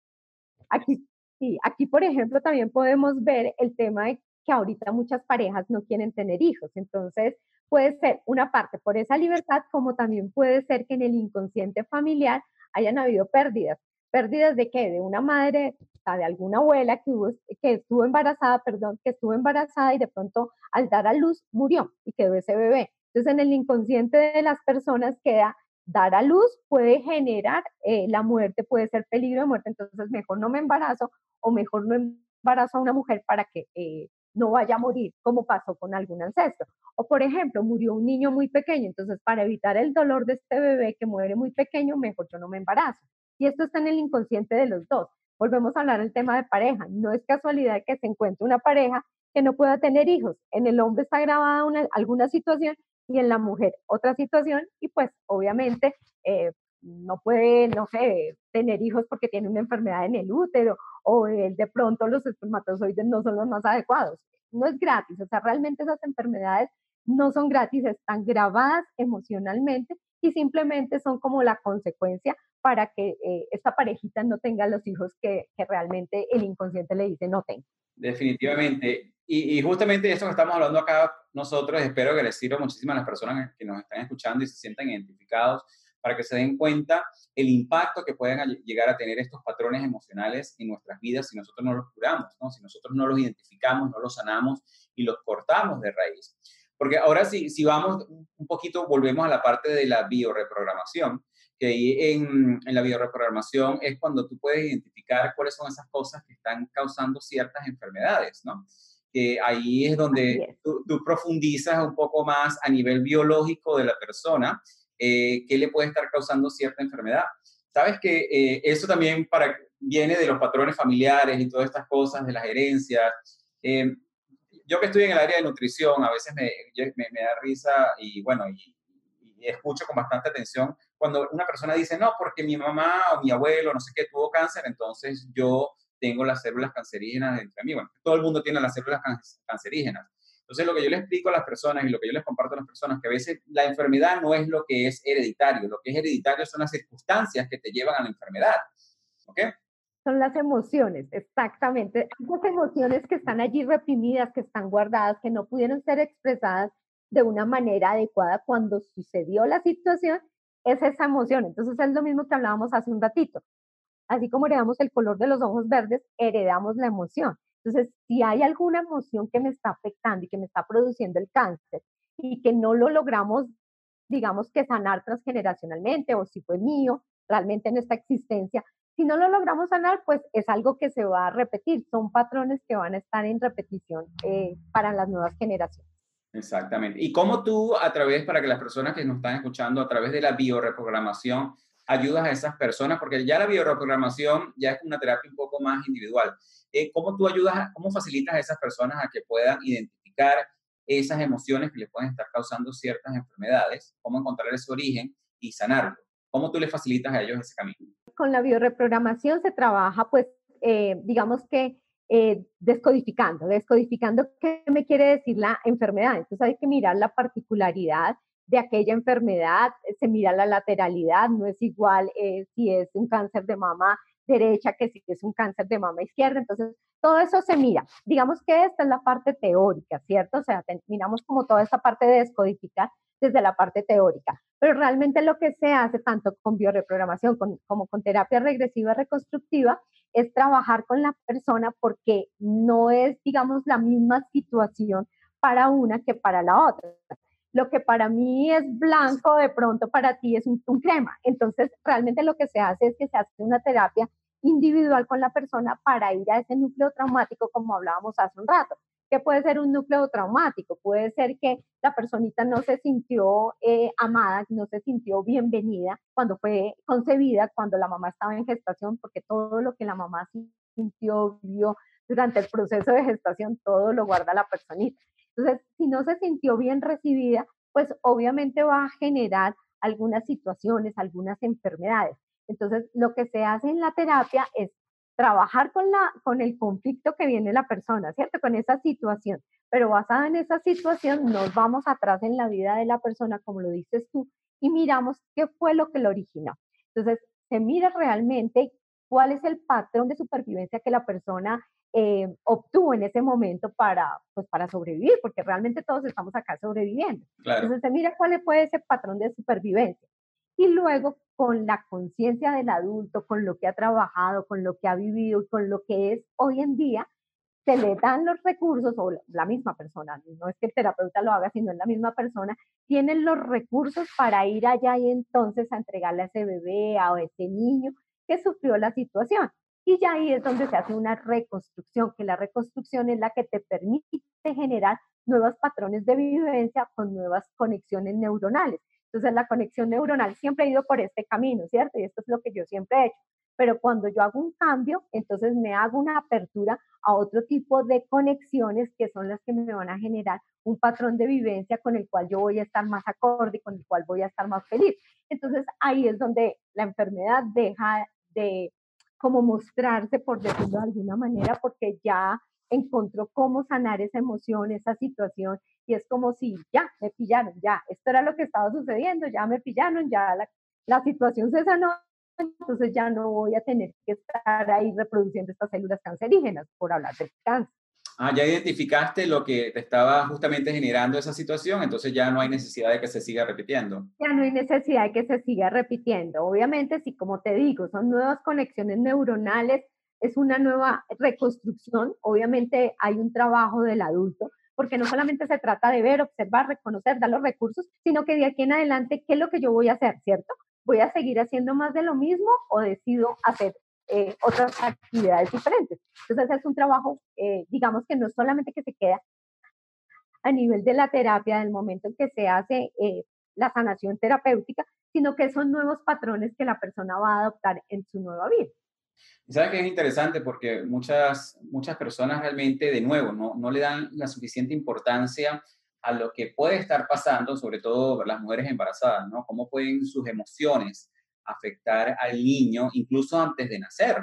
[SPEAKER 1] Aquí, sí, aquí por ejemplo también podemos ver el tema de que ahorita muchas parejas no quieren tener hijos, entonces puede ser una parte por esa libertad, como también puede ser que en el inconsciente familiar hayan habido pérdidas. ¿Pérdidas de qué? De una madre, o sea, de alguna abuela que, hubo, que estuvo embarazada, perdón, que estuvo embarazada y de pronto al dar a luz murió y quedó ese bebé. Entonces en el inconsciente de las personas queda dar a luz puede generar eh, la muerte, puede ser peligro de muerte, entonces mejor no me embarazo o mejor no embarazo a una mujer para que eh, no vaya a morir, como pasó con algún ancestro. O por ejemplo, murió un niño muy pequeño, entonces para evitar el dolor de este bebé que muere muy pequeño, mejor yo no me embarazo. Y esto está en el inconsciente de los dos. Volvemos a hablar del tema de pareja. No es casualidad que se encuentre una pareja que no pueda tener hijos. En el hombre está grabada una, alguna situación y en la mujer otra situación y pues obviamente eh, no puede, no sé, tener hijos porque tiene una enfermedad en el útero o eh, de pronto los espermatozoides no son los más adecuados. No es gratis, o sea, realmente esas enfermedades no son gratis, están grabadas emocionalmente y simplemente son como la consecuencia para que eh, esta parejita no tenga los hijos que, que realmente el inconsciente le dice no tenga.
[SPEAKER 2] Definitivamente. Y, y justamente de eso que estamos hablando acá nosotros, espero que les sirva muchísimo a las personas que nos están escuchando y se sientan identificados para que se den cuenta el impacto que pueden llegar a tener estos patrones emocionales en nuestras vidas si nosotros no los curamos, ¿no? Si nosotros no los identificamos, no los sanamos y los cortamos de raíz. Porque ahora si, si vamos un poquito, volvemos a la parte de la bioreprogramación, que ahí en, en la bioreprogramación es cuando tú puedes identificar cuáles son esas cosas que están causando ciertas enfermedades, ¿no? Que ahí es donde
[SPEAKER 1] es.
[SPEAKER 2] tú, tú profundizas un poco más a nivel biológico de la persona, eh, qué le puede estar causando cierta enfermedad. Sabes que eh, eso también para, viene de los patrones familiares y todas estas cosas, de las herencias. Eh, yo que estoy en el área de nutrición, a veces me, me, me da risa y bueno, y, y escucho con bastante atención cuando una persona dice, no, porque mi mamá o mi abuelo, no sé qué, tuvo cáncer, entonces yo tengo las células cancerígenas dentro de mí. Bueno, todo el mundo tiene las células can cancerígenas. Entonces, lo que yo les explico a las personas y lo que yo les comparto a las personas, que a veces la enfermedad no es lo que es hereditario, lo que es hereditario son las circunstancias que te llevan a la enfermedad. ¿Ok?
[SPEAKER 1] Son las emociones, exactamente. Las emociones que están allí reprimidas, que están guardadas, que no pudieron ser expresadas de una manera adecuada cuando sucedió la situación, es esa emoción. Entonces es lo mismo que hablábamos hace un ratito. Así como heredamos el color de los ojos verdes, heredamos la emoción. Entonces, si hay alguna emoción que me está afectando y que me está produciendo el cáncer y que no lo logramos, digamos que sanar transgeneracionalmente, o si fue mío realmente en esta existencia, si no lo logramos sanar, pues es algo que se va a repetir, son patrones que van a estar en repetición eh, para las nuevas generaciones.
[SPEAKER 2] Exactamente. ¿Y cómo tú, a través, para que las personas que nos están escuchando, a través de la bioreprogramación, ayudas a esas personas? Porque ya la bioreprogramación ya es una terapia un poco más individual. Eh, ¿Cómo tú ayudas, cómo facilitas a esas personas a que puedan identificar esas emociones que les pueden estar causando ciertas enfermedades? ¿Cómo encontrar ese origen y sanarlo? ¿Cómo tú les facilitas a ellos ese camino?
[SPEAKER 1] Con la bioreprogramación se trabaja, pues, eh, digamos que eh, descodificando, descodificando qué me quiere decir la enfermedad. Entonces hay que mirar la particularidad de aquella enfermedad, se mira la lateralidad, no es igual eh, si es un cáncer de mama derecha que si es un cáncer de mama izquierda. Entonces, todo eso se mira. Digamos que esta es la parte teórica, ¿cierto? O sea, miramos como toda esta parte de descodificar desde la parte teórica. Pero realmente lo que se hace tanto con bioreprogramación con, como con terapia regresiva reconstructiva es trabajar con la persona, porque no es, digamos, la misma situación para una que para la otra. Lo que para mí es blanco, de pronto para ti es un, un crema. Entonces, realmente lo que se hace es que se hace una terapia individual con la persona para ir a ese núcleo traumático, como hablábamos hace un rato. ¿Qué puede ser un núcleo traumático? Puede ser que la personita no se sintió eh, amada, no se sintió bienvenida cuando fue concebida, cuando la mamá estaba en gestación, porque todo lo que la mamá sintió, vivió durante el proceso de gestación, todo lo guarda la personita. Entonces, si no se sintió bien recibida, pues obviamente va a generar algunas situaciones, algunas enfermedades. Entonces, lo que se hace en la terapia es trabajar con, la, con el conflicto que viene la persona, ¿cierto? Con esa situación. Pero basada en esa situación, nos vamos atrás en la vida de la persona, como lo dices tú, y miramos qué fue lo que lo originó. Entonces, se mira realmente cuál es el patrón de supervivencia que la persona eh, obtuvo en ese momento para, pues, para sobrevivir, porque realmente todos estamos acá sobreviviendo.
[SPEAKER 2] Claro.
[SPEAKER 1] Entonces, se mira cuál fue ese patrón de supervivencia. Y luego, con la conciencia del adulto, con lo que ha trabajado, con lo que ha vivido y con lo que es hoy en día, se le dan los recursos, o la misma persona, no es que el terapeuta lo haga, sino es la misma persona, tienen los recursos para ir allá y entonces a entregarle a ese bebé, a ese niño que sufrió la situación. Y ya ahí es donde se hace una reconstrucción, que la reconstrucción es la que te permite generar nuevos patrones de vivencia con nuevas conexiones neuronales. Entonces la conexión neuronal siempre ha ido por este camino, ¿cierto? Y esto es lo que yo siempre he hecho. Pero cuando yo hago un cambio, entonces me hago una apertura a otro tipo de conexiones que son las que me van a generar un patrón de vivencia con el cual yo voy a estar más acorde, con el cual voy a estar más feliz. Entonces ahí es donde la enfermedad deja de como mostrarse, por decirlo de alguna manera, porque ya encontró cómo sanar esa emoción, esa situación, y es como si ya me pillaron, ya, esto era lo que estaba sucediendo, ya me pillaron, ya la, la situación se sanó, entonces ya no voy a tener que estar ahí reproduciendo estas células cancerígenas, por hablar del cáncer.
[SPEAKER 2] Ah, ya identificaste lo que te estaba justamente generando esa situación, entonces ya no hay necesidad de que se siga repitiendo.
[SPEAKER 1] Ya no hay necesidad de que se siga repitiendo. Obviamente, sí, como te digo, son nuevas conexiones neuronales, es una nueva reconstrucción. Obviamente hay un trabajo del adulto, porque no solamente se trata de ver, observar, reconocer, dar los recursos, sino que de aquí en adelante, ¿qué es lo que yo voy a hacer, cierto? ¿Voy a seguir haciendo más de lo mismo o decido hacer eh, otras actividades diferentes? Entonces es un trabajo, eh, digamos que no solamente que se queda a nivel de la terapia, del momento en que se hace eh, la sanación terapéutica, sino que son nuevos patrones que la persona va a adoptar en su nueva vida.
[SPEAKER 2] ¿Sabes qué es interesante? Porque muchas, muchas personas realmente, de nuevo, no, no le dan la suficiente importancia a lo que puede estar pasando, sobre todo las mujeres embarazadas, ¿no? Cómo pueden sus emociones afectar al niño incluso antes de nacer.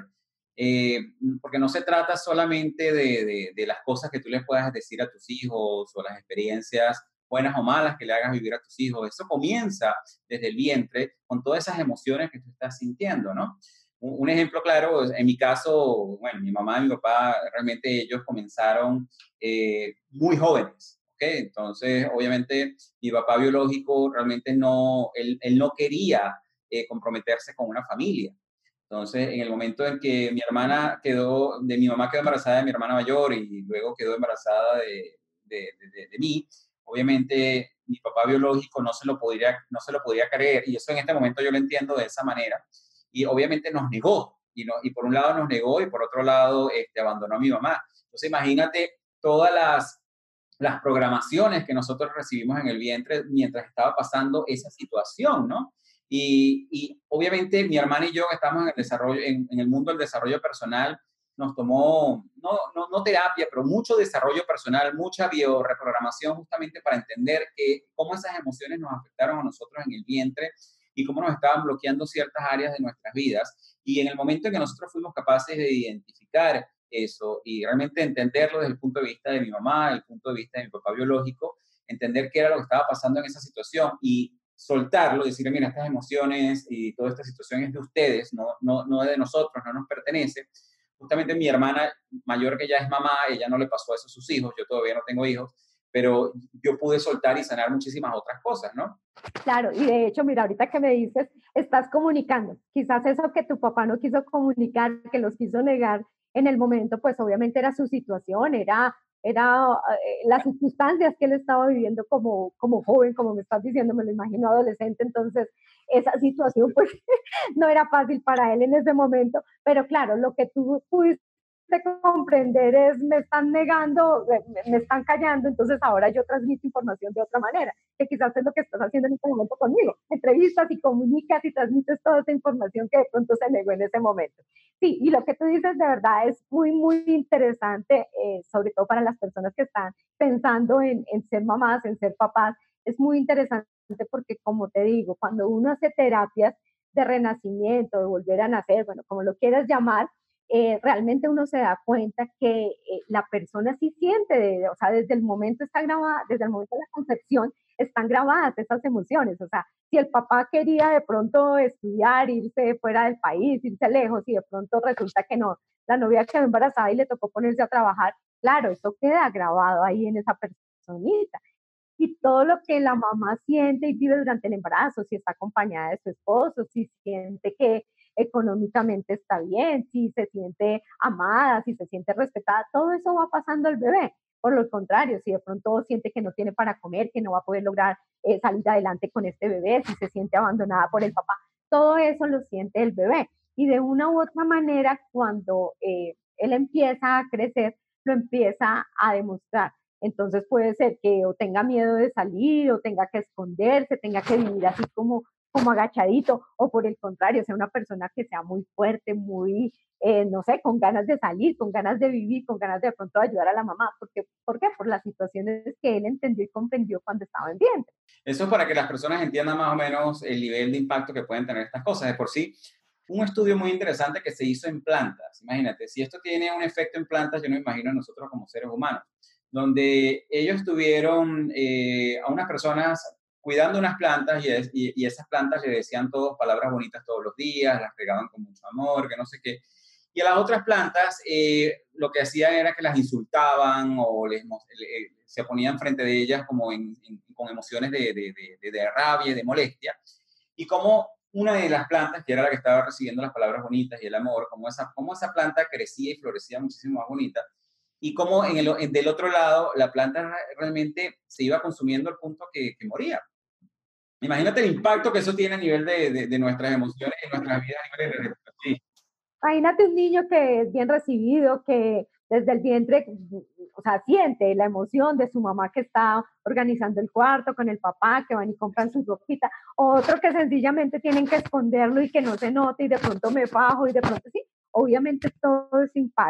[SPEAKER 2] Eh, porque no se trata solamente de, de, de las cosas que tú les puedas decir a tus hijos o las experiencias buenas o malas que le hagas vivir a tus hijos. Eso comienza desde el vientre con todas esas emociones que tú estás sintiendo, ¿no? Un, un ejemplo claro, en mi caso, bueno, mi mamá y mi papá, realmente ellos comenzaron eh, muy jóvenes, ¿ok? Entonces, obviamente, mi papá biológico realmente no, él, él no quería eh, comprometerse con una familia. Entonces, en el momento en que mi hermana quedó, de mi mamá quedó embarazada de mi hermana mayor y luego quedó embarazada de, de, de, de mí, obviamente mi papá biológico no se lo podría, no se lo podría creer y eso en este momento yo lo entiendo de esa manera y obviamente nos negó y, no, y por un lado nos negó y por otro lado este, abandonó a mi mamá. Entonces, imagínate todas las, las programaciones que nosotros recibimos en el vientre mientras estaba pasando esa situación, ¿no? Y, y obviamente mi hermana y yo que estamos en el desarrollo, en, en el mundo del desarrollo personal, nos tomó, no, no, no terapia, pero mucho desarrollo personal, mucha bioreprogramación justamente para entender que, cómo esas emociones nos afectaron a nosotros en el vientre y cómo nos estaban bloqueando ciertas áreas de nuestras vidas. Y en el momento en que nosotros fuimos capaces de identificar eso y realmente entenderlo desde el punto de vista de mi mamá, desde el punto de vista de mi papá biológico, entender qué era lo que estaba pasando en esa situación y soltarlo, decirle, mira, estas emociones y toda esta situación es de ustedes, no, no, no es de nosotros, no nos pertenece. Justamente mi hermana mayor, que ya es mamá, ella no le pasó eso a sus hijos, yo todavía no tengo hijos, pero yo pude soltar y sanar muchísimas otras cosas, ¿no?
[SPEAKER 1] Claro, y de hecho, mira, ahorita que me dices, estás comunicando. Quizás eso que tu papá no quiso comunicar, que los quiso negar en el momento, pues obviamente era su situación, era, era eh, las circunstancias que él estaba viviendo como, como joven, como me estás diciendo, me lo imagino adolescente, entonces esa situación pues no era fácil para él en ese momento, pero claro, lo que tú pudiste comprender es, me están negando, me, me están callando, entonces ahora yo transmito información de otra manera, que quizás es lo que estás haciendo en este momento conmigo, entrevistas y comunicas y transmites toda esa información que de pronto se negó en ese momento. Sí, y lo que tú dices de verdad es muy, muy interesante, eh, sobre todo para las personas que están pensando en, en ser mamás, en ser papás, es muy interesante porque, como te digo, cuando uno hace terapias de renacimiento, de volver a nacer, bueno, como lo quieras llamar, eh, realmente uno se da cuenta que eh, la persona sí siente, de, o sea, desde el momento está grabada, desde el momento de la concepción, están grabadas esas emociones, o sea, si el papá quería de pronto estudiar, irse fuera del país, irse lejos, y de pronto resulta que no, la novia quedó embarazada y le tocó ponerse a trabajar, claro, eso queda grabado ahí en esa personita. Y todo lo que la mamá siente y vive durante el embarazo, si está acompañada de su esposo, si siente que económicamente está bien, si se siente amada, si se siente respetada, todo eso va pasando al bebé. Por lo contrario, si de pronto siente que no tiene para comer, que no va a poder lograr eh, salir adelante con este bebé, si se siente abandonada por el papá, todo eso lo siente el bebé. Y de una u otra manera, cuando eh, él empieza a crecer, lo empieza a demostrar. Entonces puede ser que o tenga miedo de salir, o tenga que esconderse, tenga que vivir así como, como agachadito, o por el contrario, sea una persona que sea muy fuerte, muy, eh, no sé, con ganas de salir, con ganas de vivir, con ganas de, de pronto ayudar a la mamá. ¿Por qué? ¿Por qué? Por las situaciones que él entendió y comprendió cuando estaba en vientre.
[SPEAKER 2] Eso es para que las personas entiendan más o menos el nivel de impacto que pueden tener estas cosas. De por sí, un estudio muy interesante que se hizo en plantas. Imagínate, si esto tiene un efecto en plantas, yo no me imagino nosotros como seres humanos, donde ellos tuvieron eh, a unas personas cuidando unas plantas y, es, y, y, esas plantas le decían todos palabras bonitas todos los días, las regaban con mucho amor, que no sé qué. Y a las otras plantas eh, lo que hacían era que las insultaban o les, eh, se ponían frente de ellas como en, en, con emociones de, de, de, de rabia y de molestia. Y como una de las plantas, que era la que estaba recibiendo las palabras bonitas y el amor, como esa, como esa planta crecía y florecía muchísimo más bonita, y como en el, del otro lado la planta realmente se iba consumiendo al punto que, que moría. Imagínate el impacto que eso tiene a nivel de, de, de nuestras emociones y nuestras vidas a nivel de... Sí.
[SPEAKER 1] Imagínate un niño que es bien recibido, que desde el vientre, o sea, siente la emoción de su mamá que está organizando el cuarto con el papá, que van y compran su ropita, otro que sencillamente tienen que esconderlo y que no se note y de pronto me bajo y de pronto sí, obviamente todo eso impacta.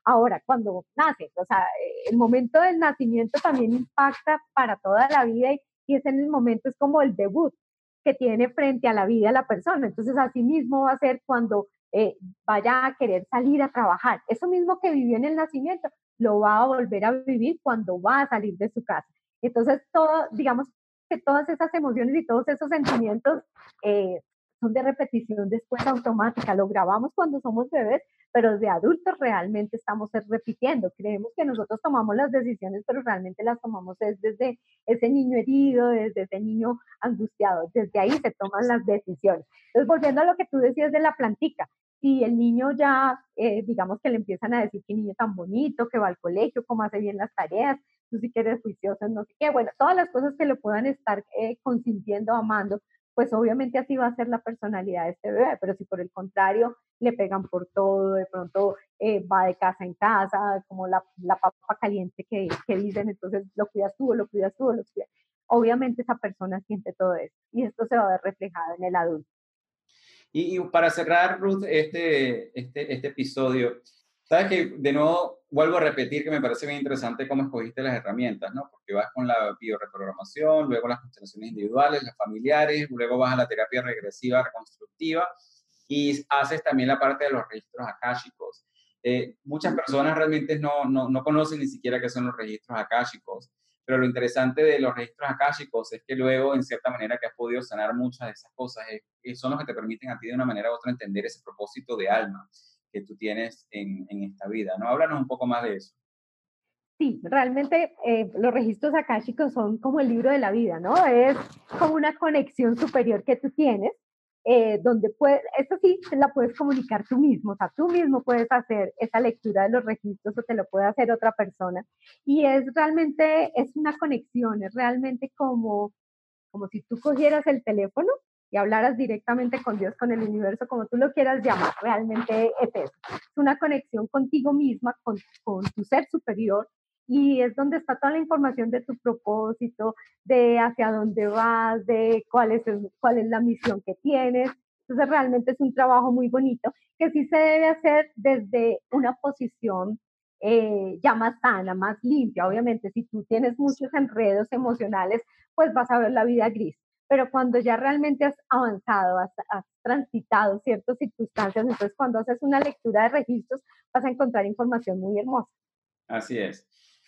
[SPEAKER 1] Ahora, cuando nace, o sea, el momento del nacimiento también impacta para toda la vida y, y es en el momento, es como el debut que tiene frente a la vida la persona. Entonces, así mismo va a ser cuando eh, vaya a querer salir a trabajar. Eso mismo que vivió en el nacimiento, lo va a volver a vivir cuando va a salir de su casa. Entonces, todo, digamos que todas esas emociones y todos esos sentimientos eh, son de repetición después automática. Lo grabamos cuando somos bebés, pero de adultos realmente estamos repitiendo. Creemos que nosotros tomamos las decisiones, pero realmente las tomamos desde ese niño herido, desde ese niño angustiado. Desde ahí se toman las decisiones. Entonces, volviendo a lo que tú decías de la plantica, si el niño ya, eh, digamos que le empiezan a decir que niño tan bonito, que va al colegio, cómo hace bien las tareas, tú sí que eres juicioso, no sé qué, bueno, todas las cosas que le puedan estar eh, consintiendo, amando, pues obviamente así va a ser la personalidad de este bebé, pero si por el contrario le pegan por todo, de pronto eh, va de casa en casa, como la, la papa caliente que, que dicen, entonces lo cuidas tú, lo cuidas tú, lo cuidas. Obviamente esa persona siente todo eso y esto se va a ver reflejado en el adulto.
[SPEAKER 2] Y, y para cerrar, Ruth, este, este, este episodio, sabes que de nuevo vuelvo a repetir que me parece bien interesante cómo escogiste las herramientas, ¿no? Porque vas con la bioreprogramación, luego las constelaciones individuales, las familiares, luego vas a la terapia regresiva reconstructiva y haces también la parte de los registros akáshicos. Eh, muchas personas realmente no, no, no conocen ni siquiera qué son los registros akáshicos, pero lo interesante de los registros akáshicos es que luego, en cierta manera, que has podido sanar muchas de esas cosas, es, es son los que te permiten a ti de una manera u otra entender ese propósito de alma que tú tienes en, en esta vida, ¿no? Háblanos un poco más de eso.
[SPEAKER 1] Sí, realmente eh, los registros akáshicos son como el libro de la vida, ¿no? Es como una conexión superior que tú tienes, eh, donde puedes, eso sí, la puedes comunicar tú mismo, o sea, tú mismo puedes hacer esa lectura de los registros o te lo puede hacer otra persona. Y es realmente, es una conexión, es realmente como, como si tú cogieras el teléfono y hablaras directamente con Dios, con el universo, como tú lo quieras llamar, realmente es eso. Es una conexión contigo misma, con, con tu ser superior, y es donde está toda la información de tu propósito, de hacia dónde vas, de cuál es, cuál es la misión que tienes. Entonces realmente es un trabajo muy bonito que sí se debe hacer desde una posición eh, ya más sana, más limpia. Obviamente, si tú tienes muchos enredos emocionales, pues vas a ver la vida gris. Pero cuando ya realmente has avanzado, has, has transitado ciertas circunstancias, entonces cuando haces una lectura de registros vas a encontrar información muy hermosa.
[SPEAKER 2] Así es.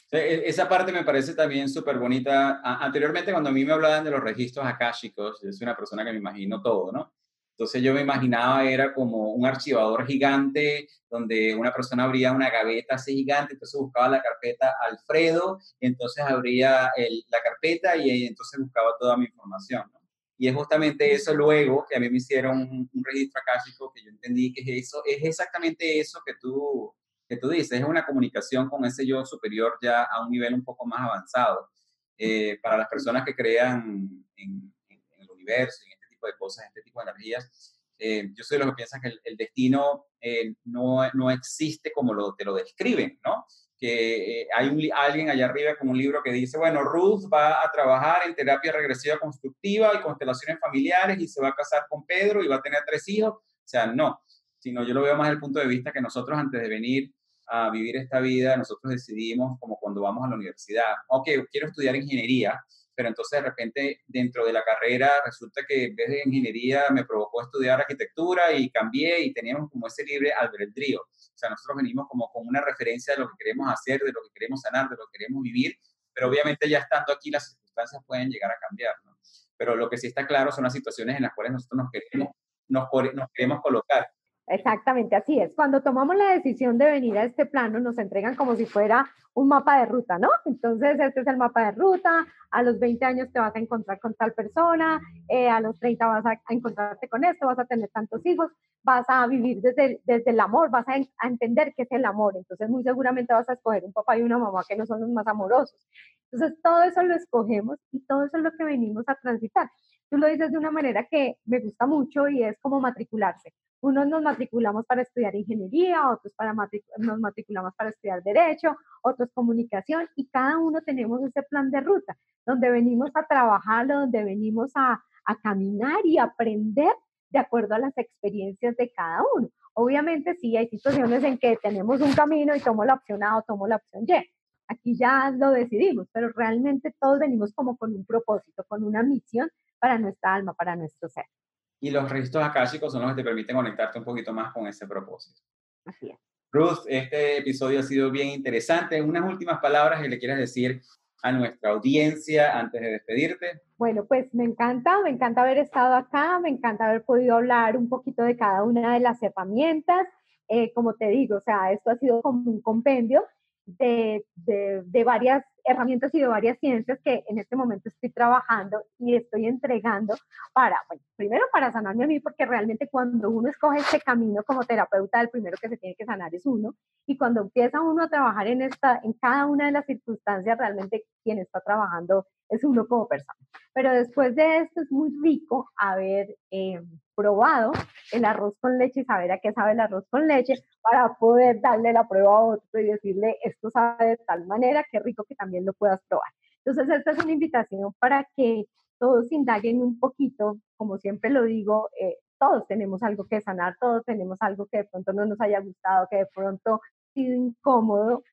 [SPEAKER 2] Esa parte me parece también súper bonita. Anteriormente, cuando a mí me hablaban de los registros akáshicos, yo soy una persona que me imagino todo, ¿no? Entonces yo me imaginaba era como un archivador gigante donde una persona abría una gaveta así gigante, entonces buscaba la carpeta Alfredo, entonces abría el, la carpeta y entonces buscaba toda mi información, ¿no? Y es justamente eso luego que a mí me hicieron un, un registro akáshico que yo entendí que es eso, es exactamente eso que tú que tú dices, es una comunicación con ese yo superior ya a un nivel un poco más avanzado. Eh, para las personas que crean en, en, en, el universo, en este tipo de cosas, en este tipo de energías, eh, yo soy de los que piensan que el, el destino eh, no, no existe como lo, te lo describen, ¿no? Que eh, hay un, alguien allá arriba con un libro que dice, bueno, Ruth va a trabajar en terapia regresiva constructiva y constelaciones familiares y se va a casar con Pedro y va a tener tres hijos. O sea, no, sino yo lo veo más desde el punto de vista que nosotros antes de venir a vivir esta vida, nosotros decidimos como cuando vamos a la universidad, ok, quiero estudiar ingeniería, pero entonces de repente dentro de la carrera resulta que en vez de ingeniería me provocó estudiar arquitectura y cambié y teníamos como ese libre albedrío. O sea, nosotros venimos como con una referencia de lo que queremos hacer, de lo que queremos sanar, de lo que queremos vivir, pero obviamente ya estando aquí las circunstancias pueden llegar a cambiar, ¿no? Pero lo que sí está claro son las situaciones en las cuales nosotros nos queremos, nos, nos queremos colocar.
[SPEAKER 1] Exactamente, así es. Cuando tomamos la decisión de venir a este plano, nos entregan como si fuera un mapa de ruta, ¿no? Entonces, este es el mapa de ruta, a los veinte años te vas a encontrar con tal persona, eh, a los treinta vas a, a, encontrarte con esto, vas a tener tantos hijos, vas a vivir desde, desde el amor, vas a, a entender qué es el amor, entonces muy seguramente vas a escoger un papá y una mamá que no son los más amorosos. Entonces, todo eso lo escogemos y todo eso es lo que venimos a transitar. Tú lo dices de una manera que me gusta mucho y es como matricularse. Unos nos matriculamos para estudiar ingeniería, otros para matric nos matriculamos para estudiar derecho, otros comunicación, y cada uno tenemos ese plan de ruta, donde venimos a trabajarlo, donde venimos a, a caminar y aprender de acuerdo a las experiencias de cada uno. Obviamente sí hay situaciones en que tenemos un camino y tomo la opción A o tomo la opción Y. Aquí ya lo decidimos, pero realmente todos venimos como con un propósito, con una misión para nuestra alma, para nuestro ser.
[SPEAKER 2] Y los registros akáshicos son los que te permiten conectarte un poquito más con ese propósito.
[SPEAKER 1] Así es.
[SPEAKER 2] Ruth, este episodio ha sido bien interesante. Unas últimas palabras que le quieras decir a nuestra audiencia antes de despedirte.
[SPEAKER 1] Bueno, pues me encanta, me encanta haber estado acá, me encanta haber podido hablar un poquito de cada una de las herramientas. Eh, como te digo, o sea, esto ha sido como un compendio de, de, de varias herramientas y de varias ciencias que en este momento estoy trabajando y estoy entregando para, bueno, primero para sanarme a mí, porque realmente cuando uno escoge este camino como terapeuta, el primero que se tiene que sanar es uno, y cuando empieza uno a trabajar en, esta, en cada una de las circunstancias, realmente quien está trabajando es uno como persona. Pero después de esto es muy rico haber eh, probado el arroz con leche y saber a qué sabe el arroz con leche para poder darle la prueba a otro y decirle esto sabe de tal manera, qué rico que también lo puedas probar. Entonces esta es una invitación para que todos indaguen un poquito, como siempre lo digo, eh, todos tenemos algo que sanar, todos tenemos algo que de pronto no nos haya gustado, que de pronto ha sido incómodo,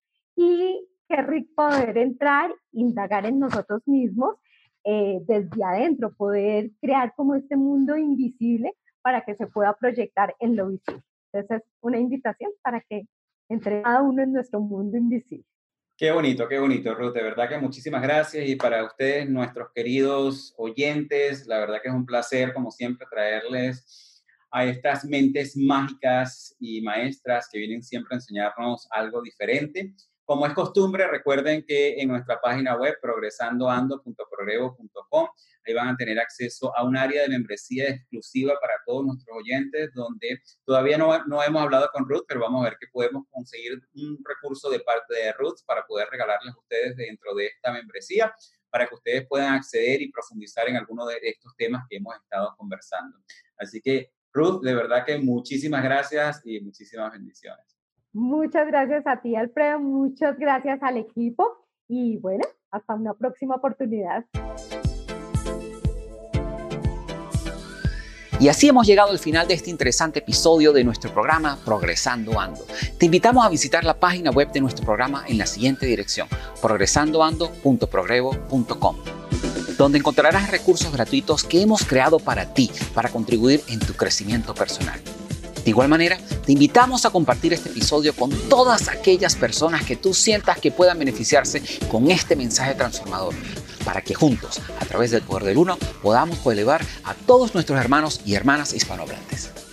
[SPEAKER 1] y qué rico poder entrar, indagar en nosotros mismos eh, desde adentro, poder crear como este mundo invisible para que se pueda proyectar en lo visible. Entonces es una invitación para que entre cada uno en nuestro mundo invisible.
[SPEAKER 2] Qué bonito, qué bonito, Ruth. De verdad que muchísimas gracias. Y para ustedes, nuestros queridos oyentes, la verdad que es un placer, como siempre, traerles a estas mentes mágicas y maestras que vienen siempre a enseñarnos algo diferente. Como es costumbre, recuerden que en nuestra página web, progresando ando punto progrevo punto com, ahí van a tener acceso a un área de membresía exclusiva para todos nuestros oyentes, donde todavía no, no hemos hablado con Ruth, pero vamos a ver que podemos conseguir un recurso de parte de Ruth para poder regalarles a ustedes dentro de esta membresía, para que ustedes puedan acceder y profundizar en alguno de estos temas que hemos estado conversando. Así que, Ruth, de verdad que muchísimas gracias y muchísimas bendiciones.
[SPEAKER 1] Muchas gracias a ti, Alfredo, muchas gracias al equipo y bueno, hasta una próxima oportunidad.
[SPEAKER 3] Y así hemos llegado al final de este interesante episodio de nuestro programa Progresando Ando. Te invitamos a visitar la página web de nuestro programa en la siguiente dirección, progresando ando punto progrevo punto com, donde encontrarás recursos gratuitos que hemos creado para ti, para contribuir en tu crecimiento personal. De igual manera, te invitamos a compartir este episodio con todas aquellas personas que tú sientas que puedan beneficiarse con este mensaje transformador, para que juntos, a través del poder del uno, podamos elevar a todos nuestros hermanos y hermanas hispanohablantes.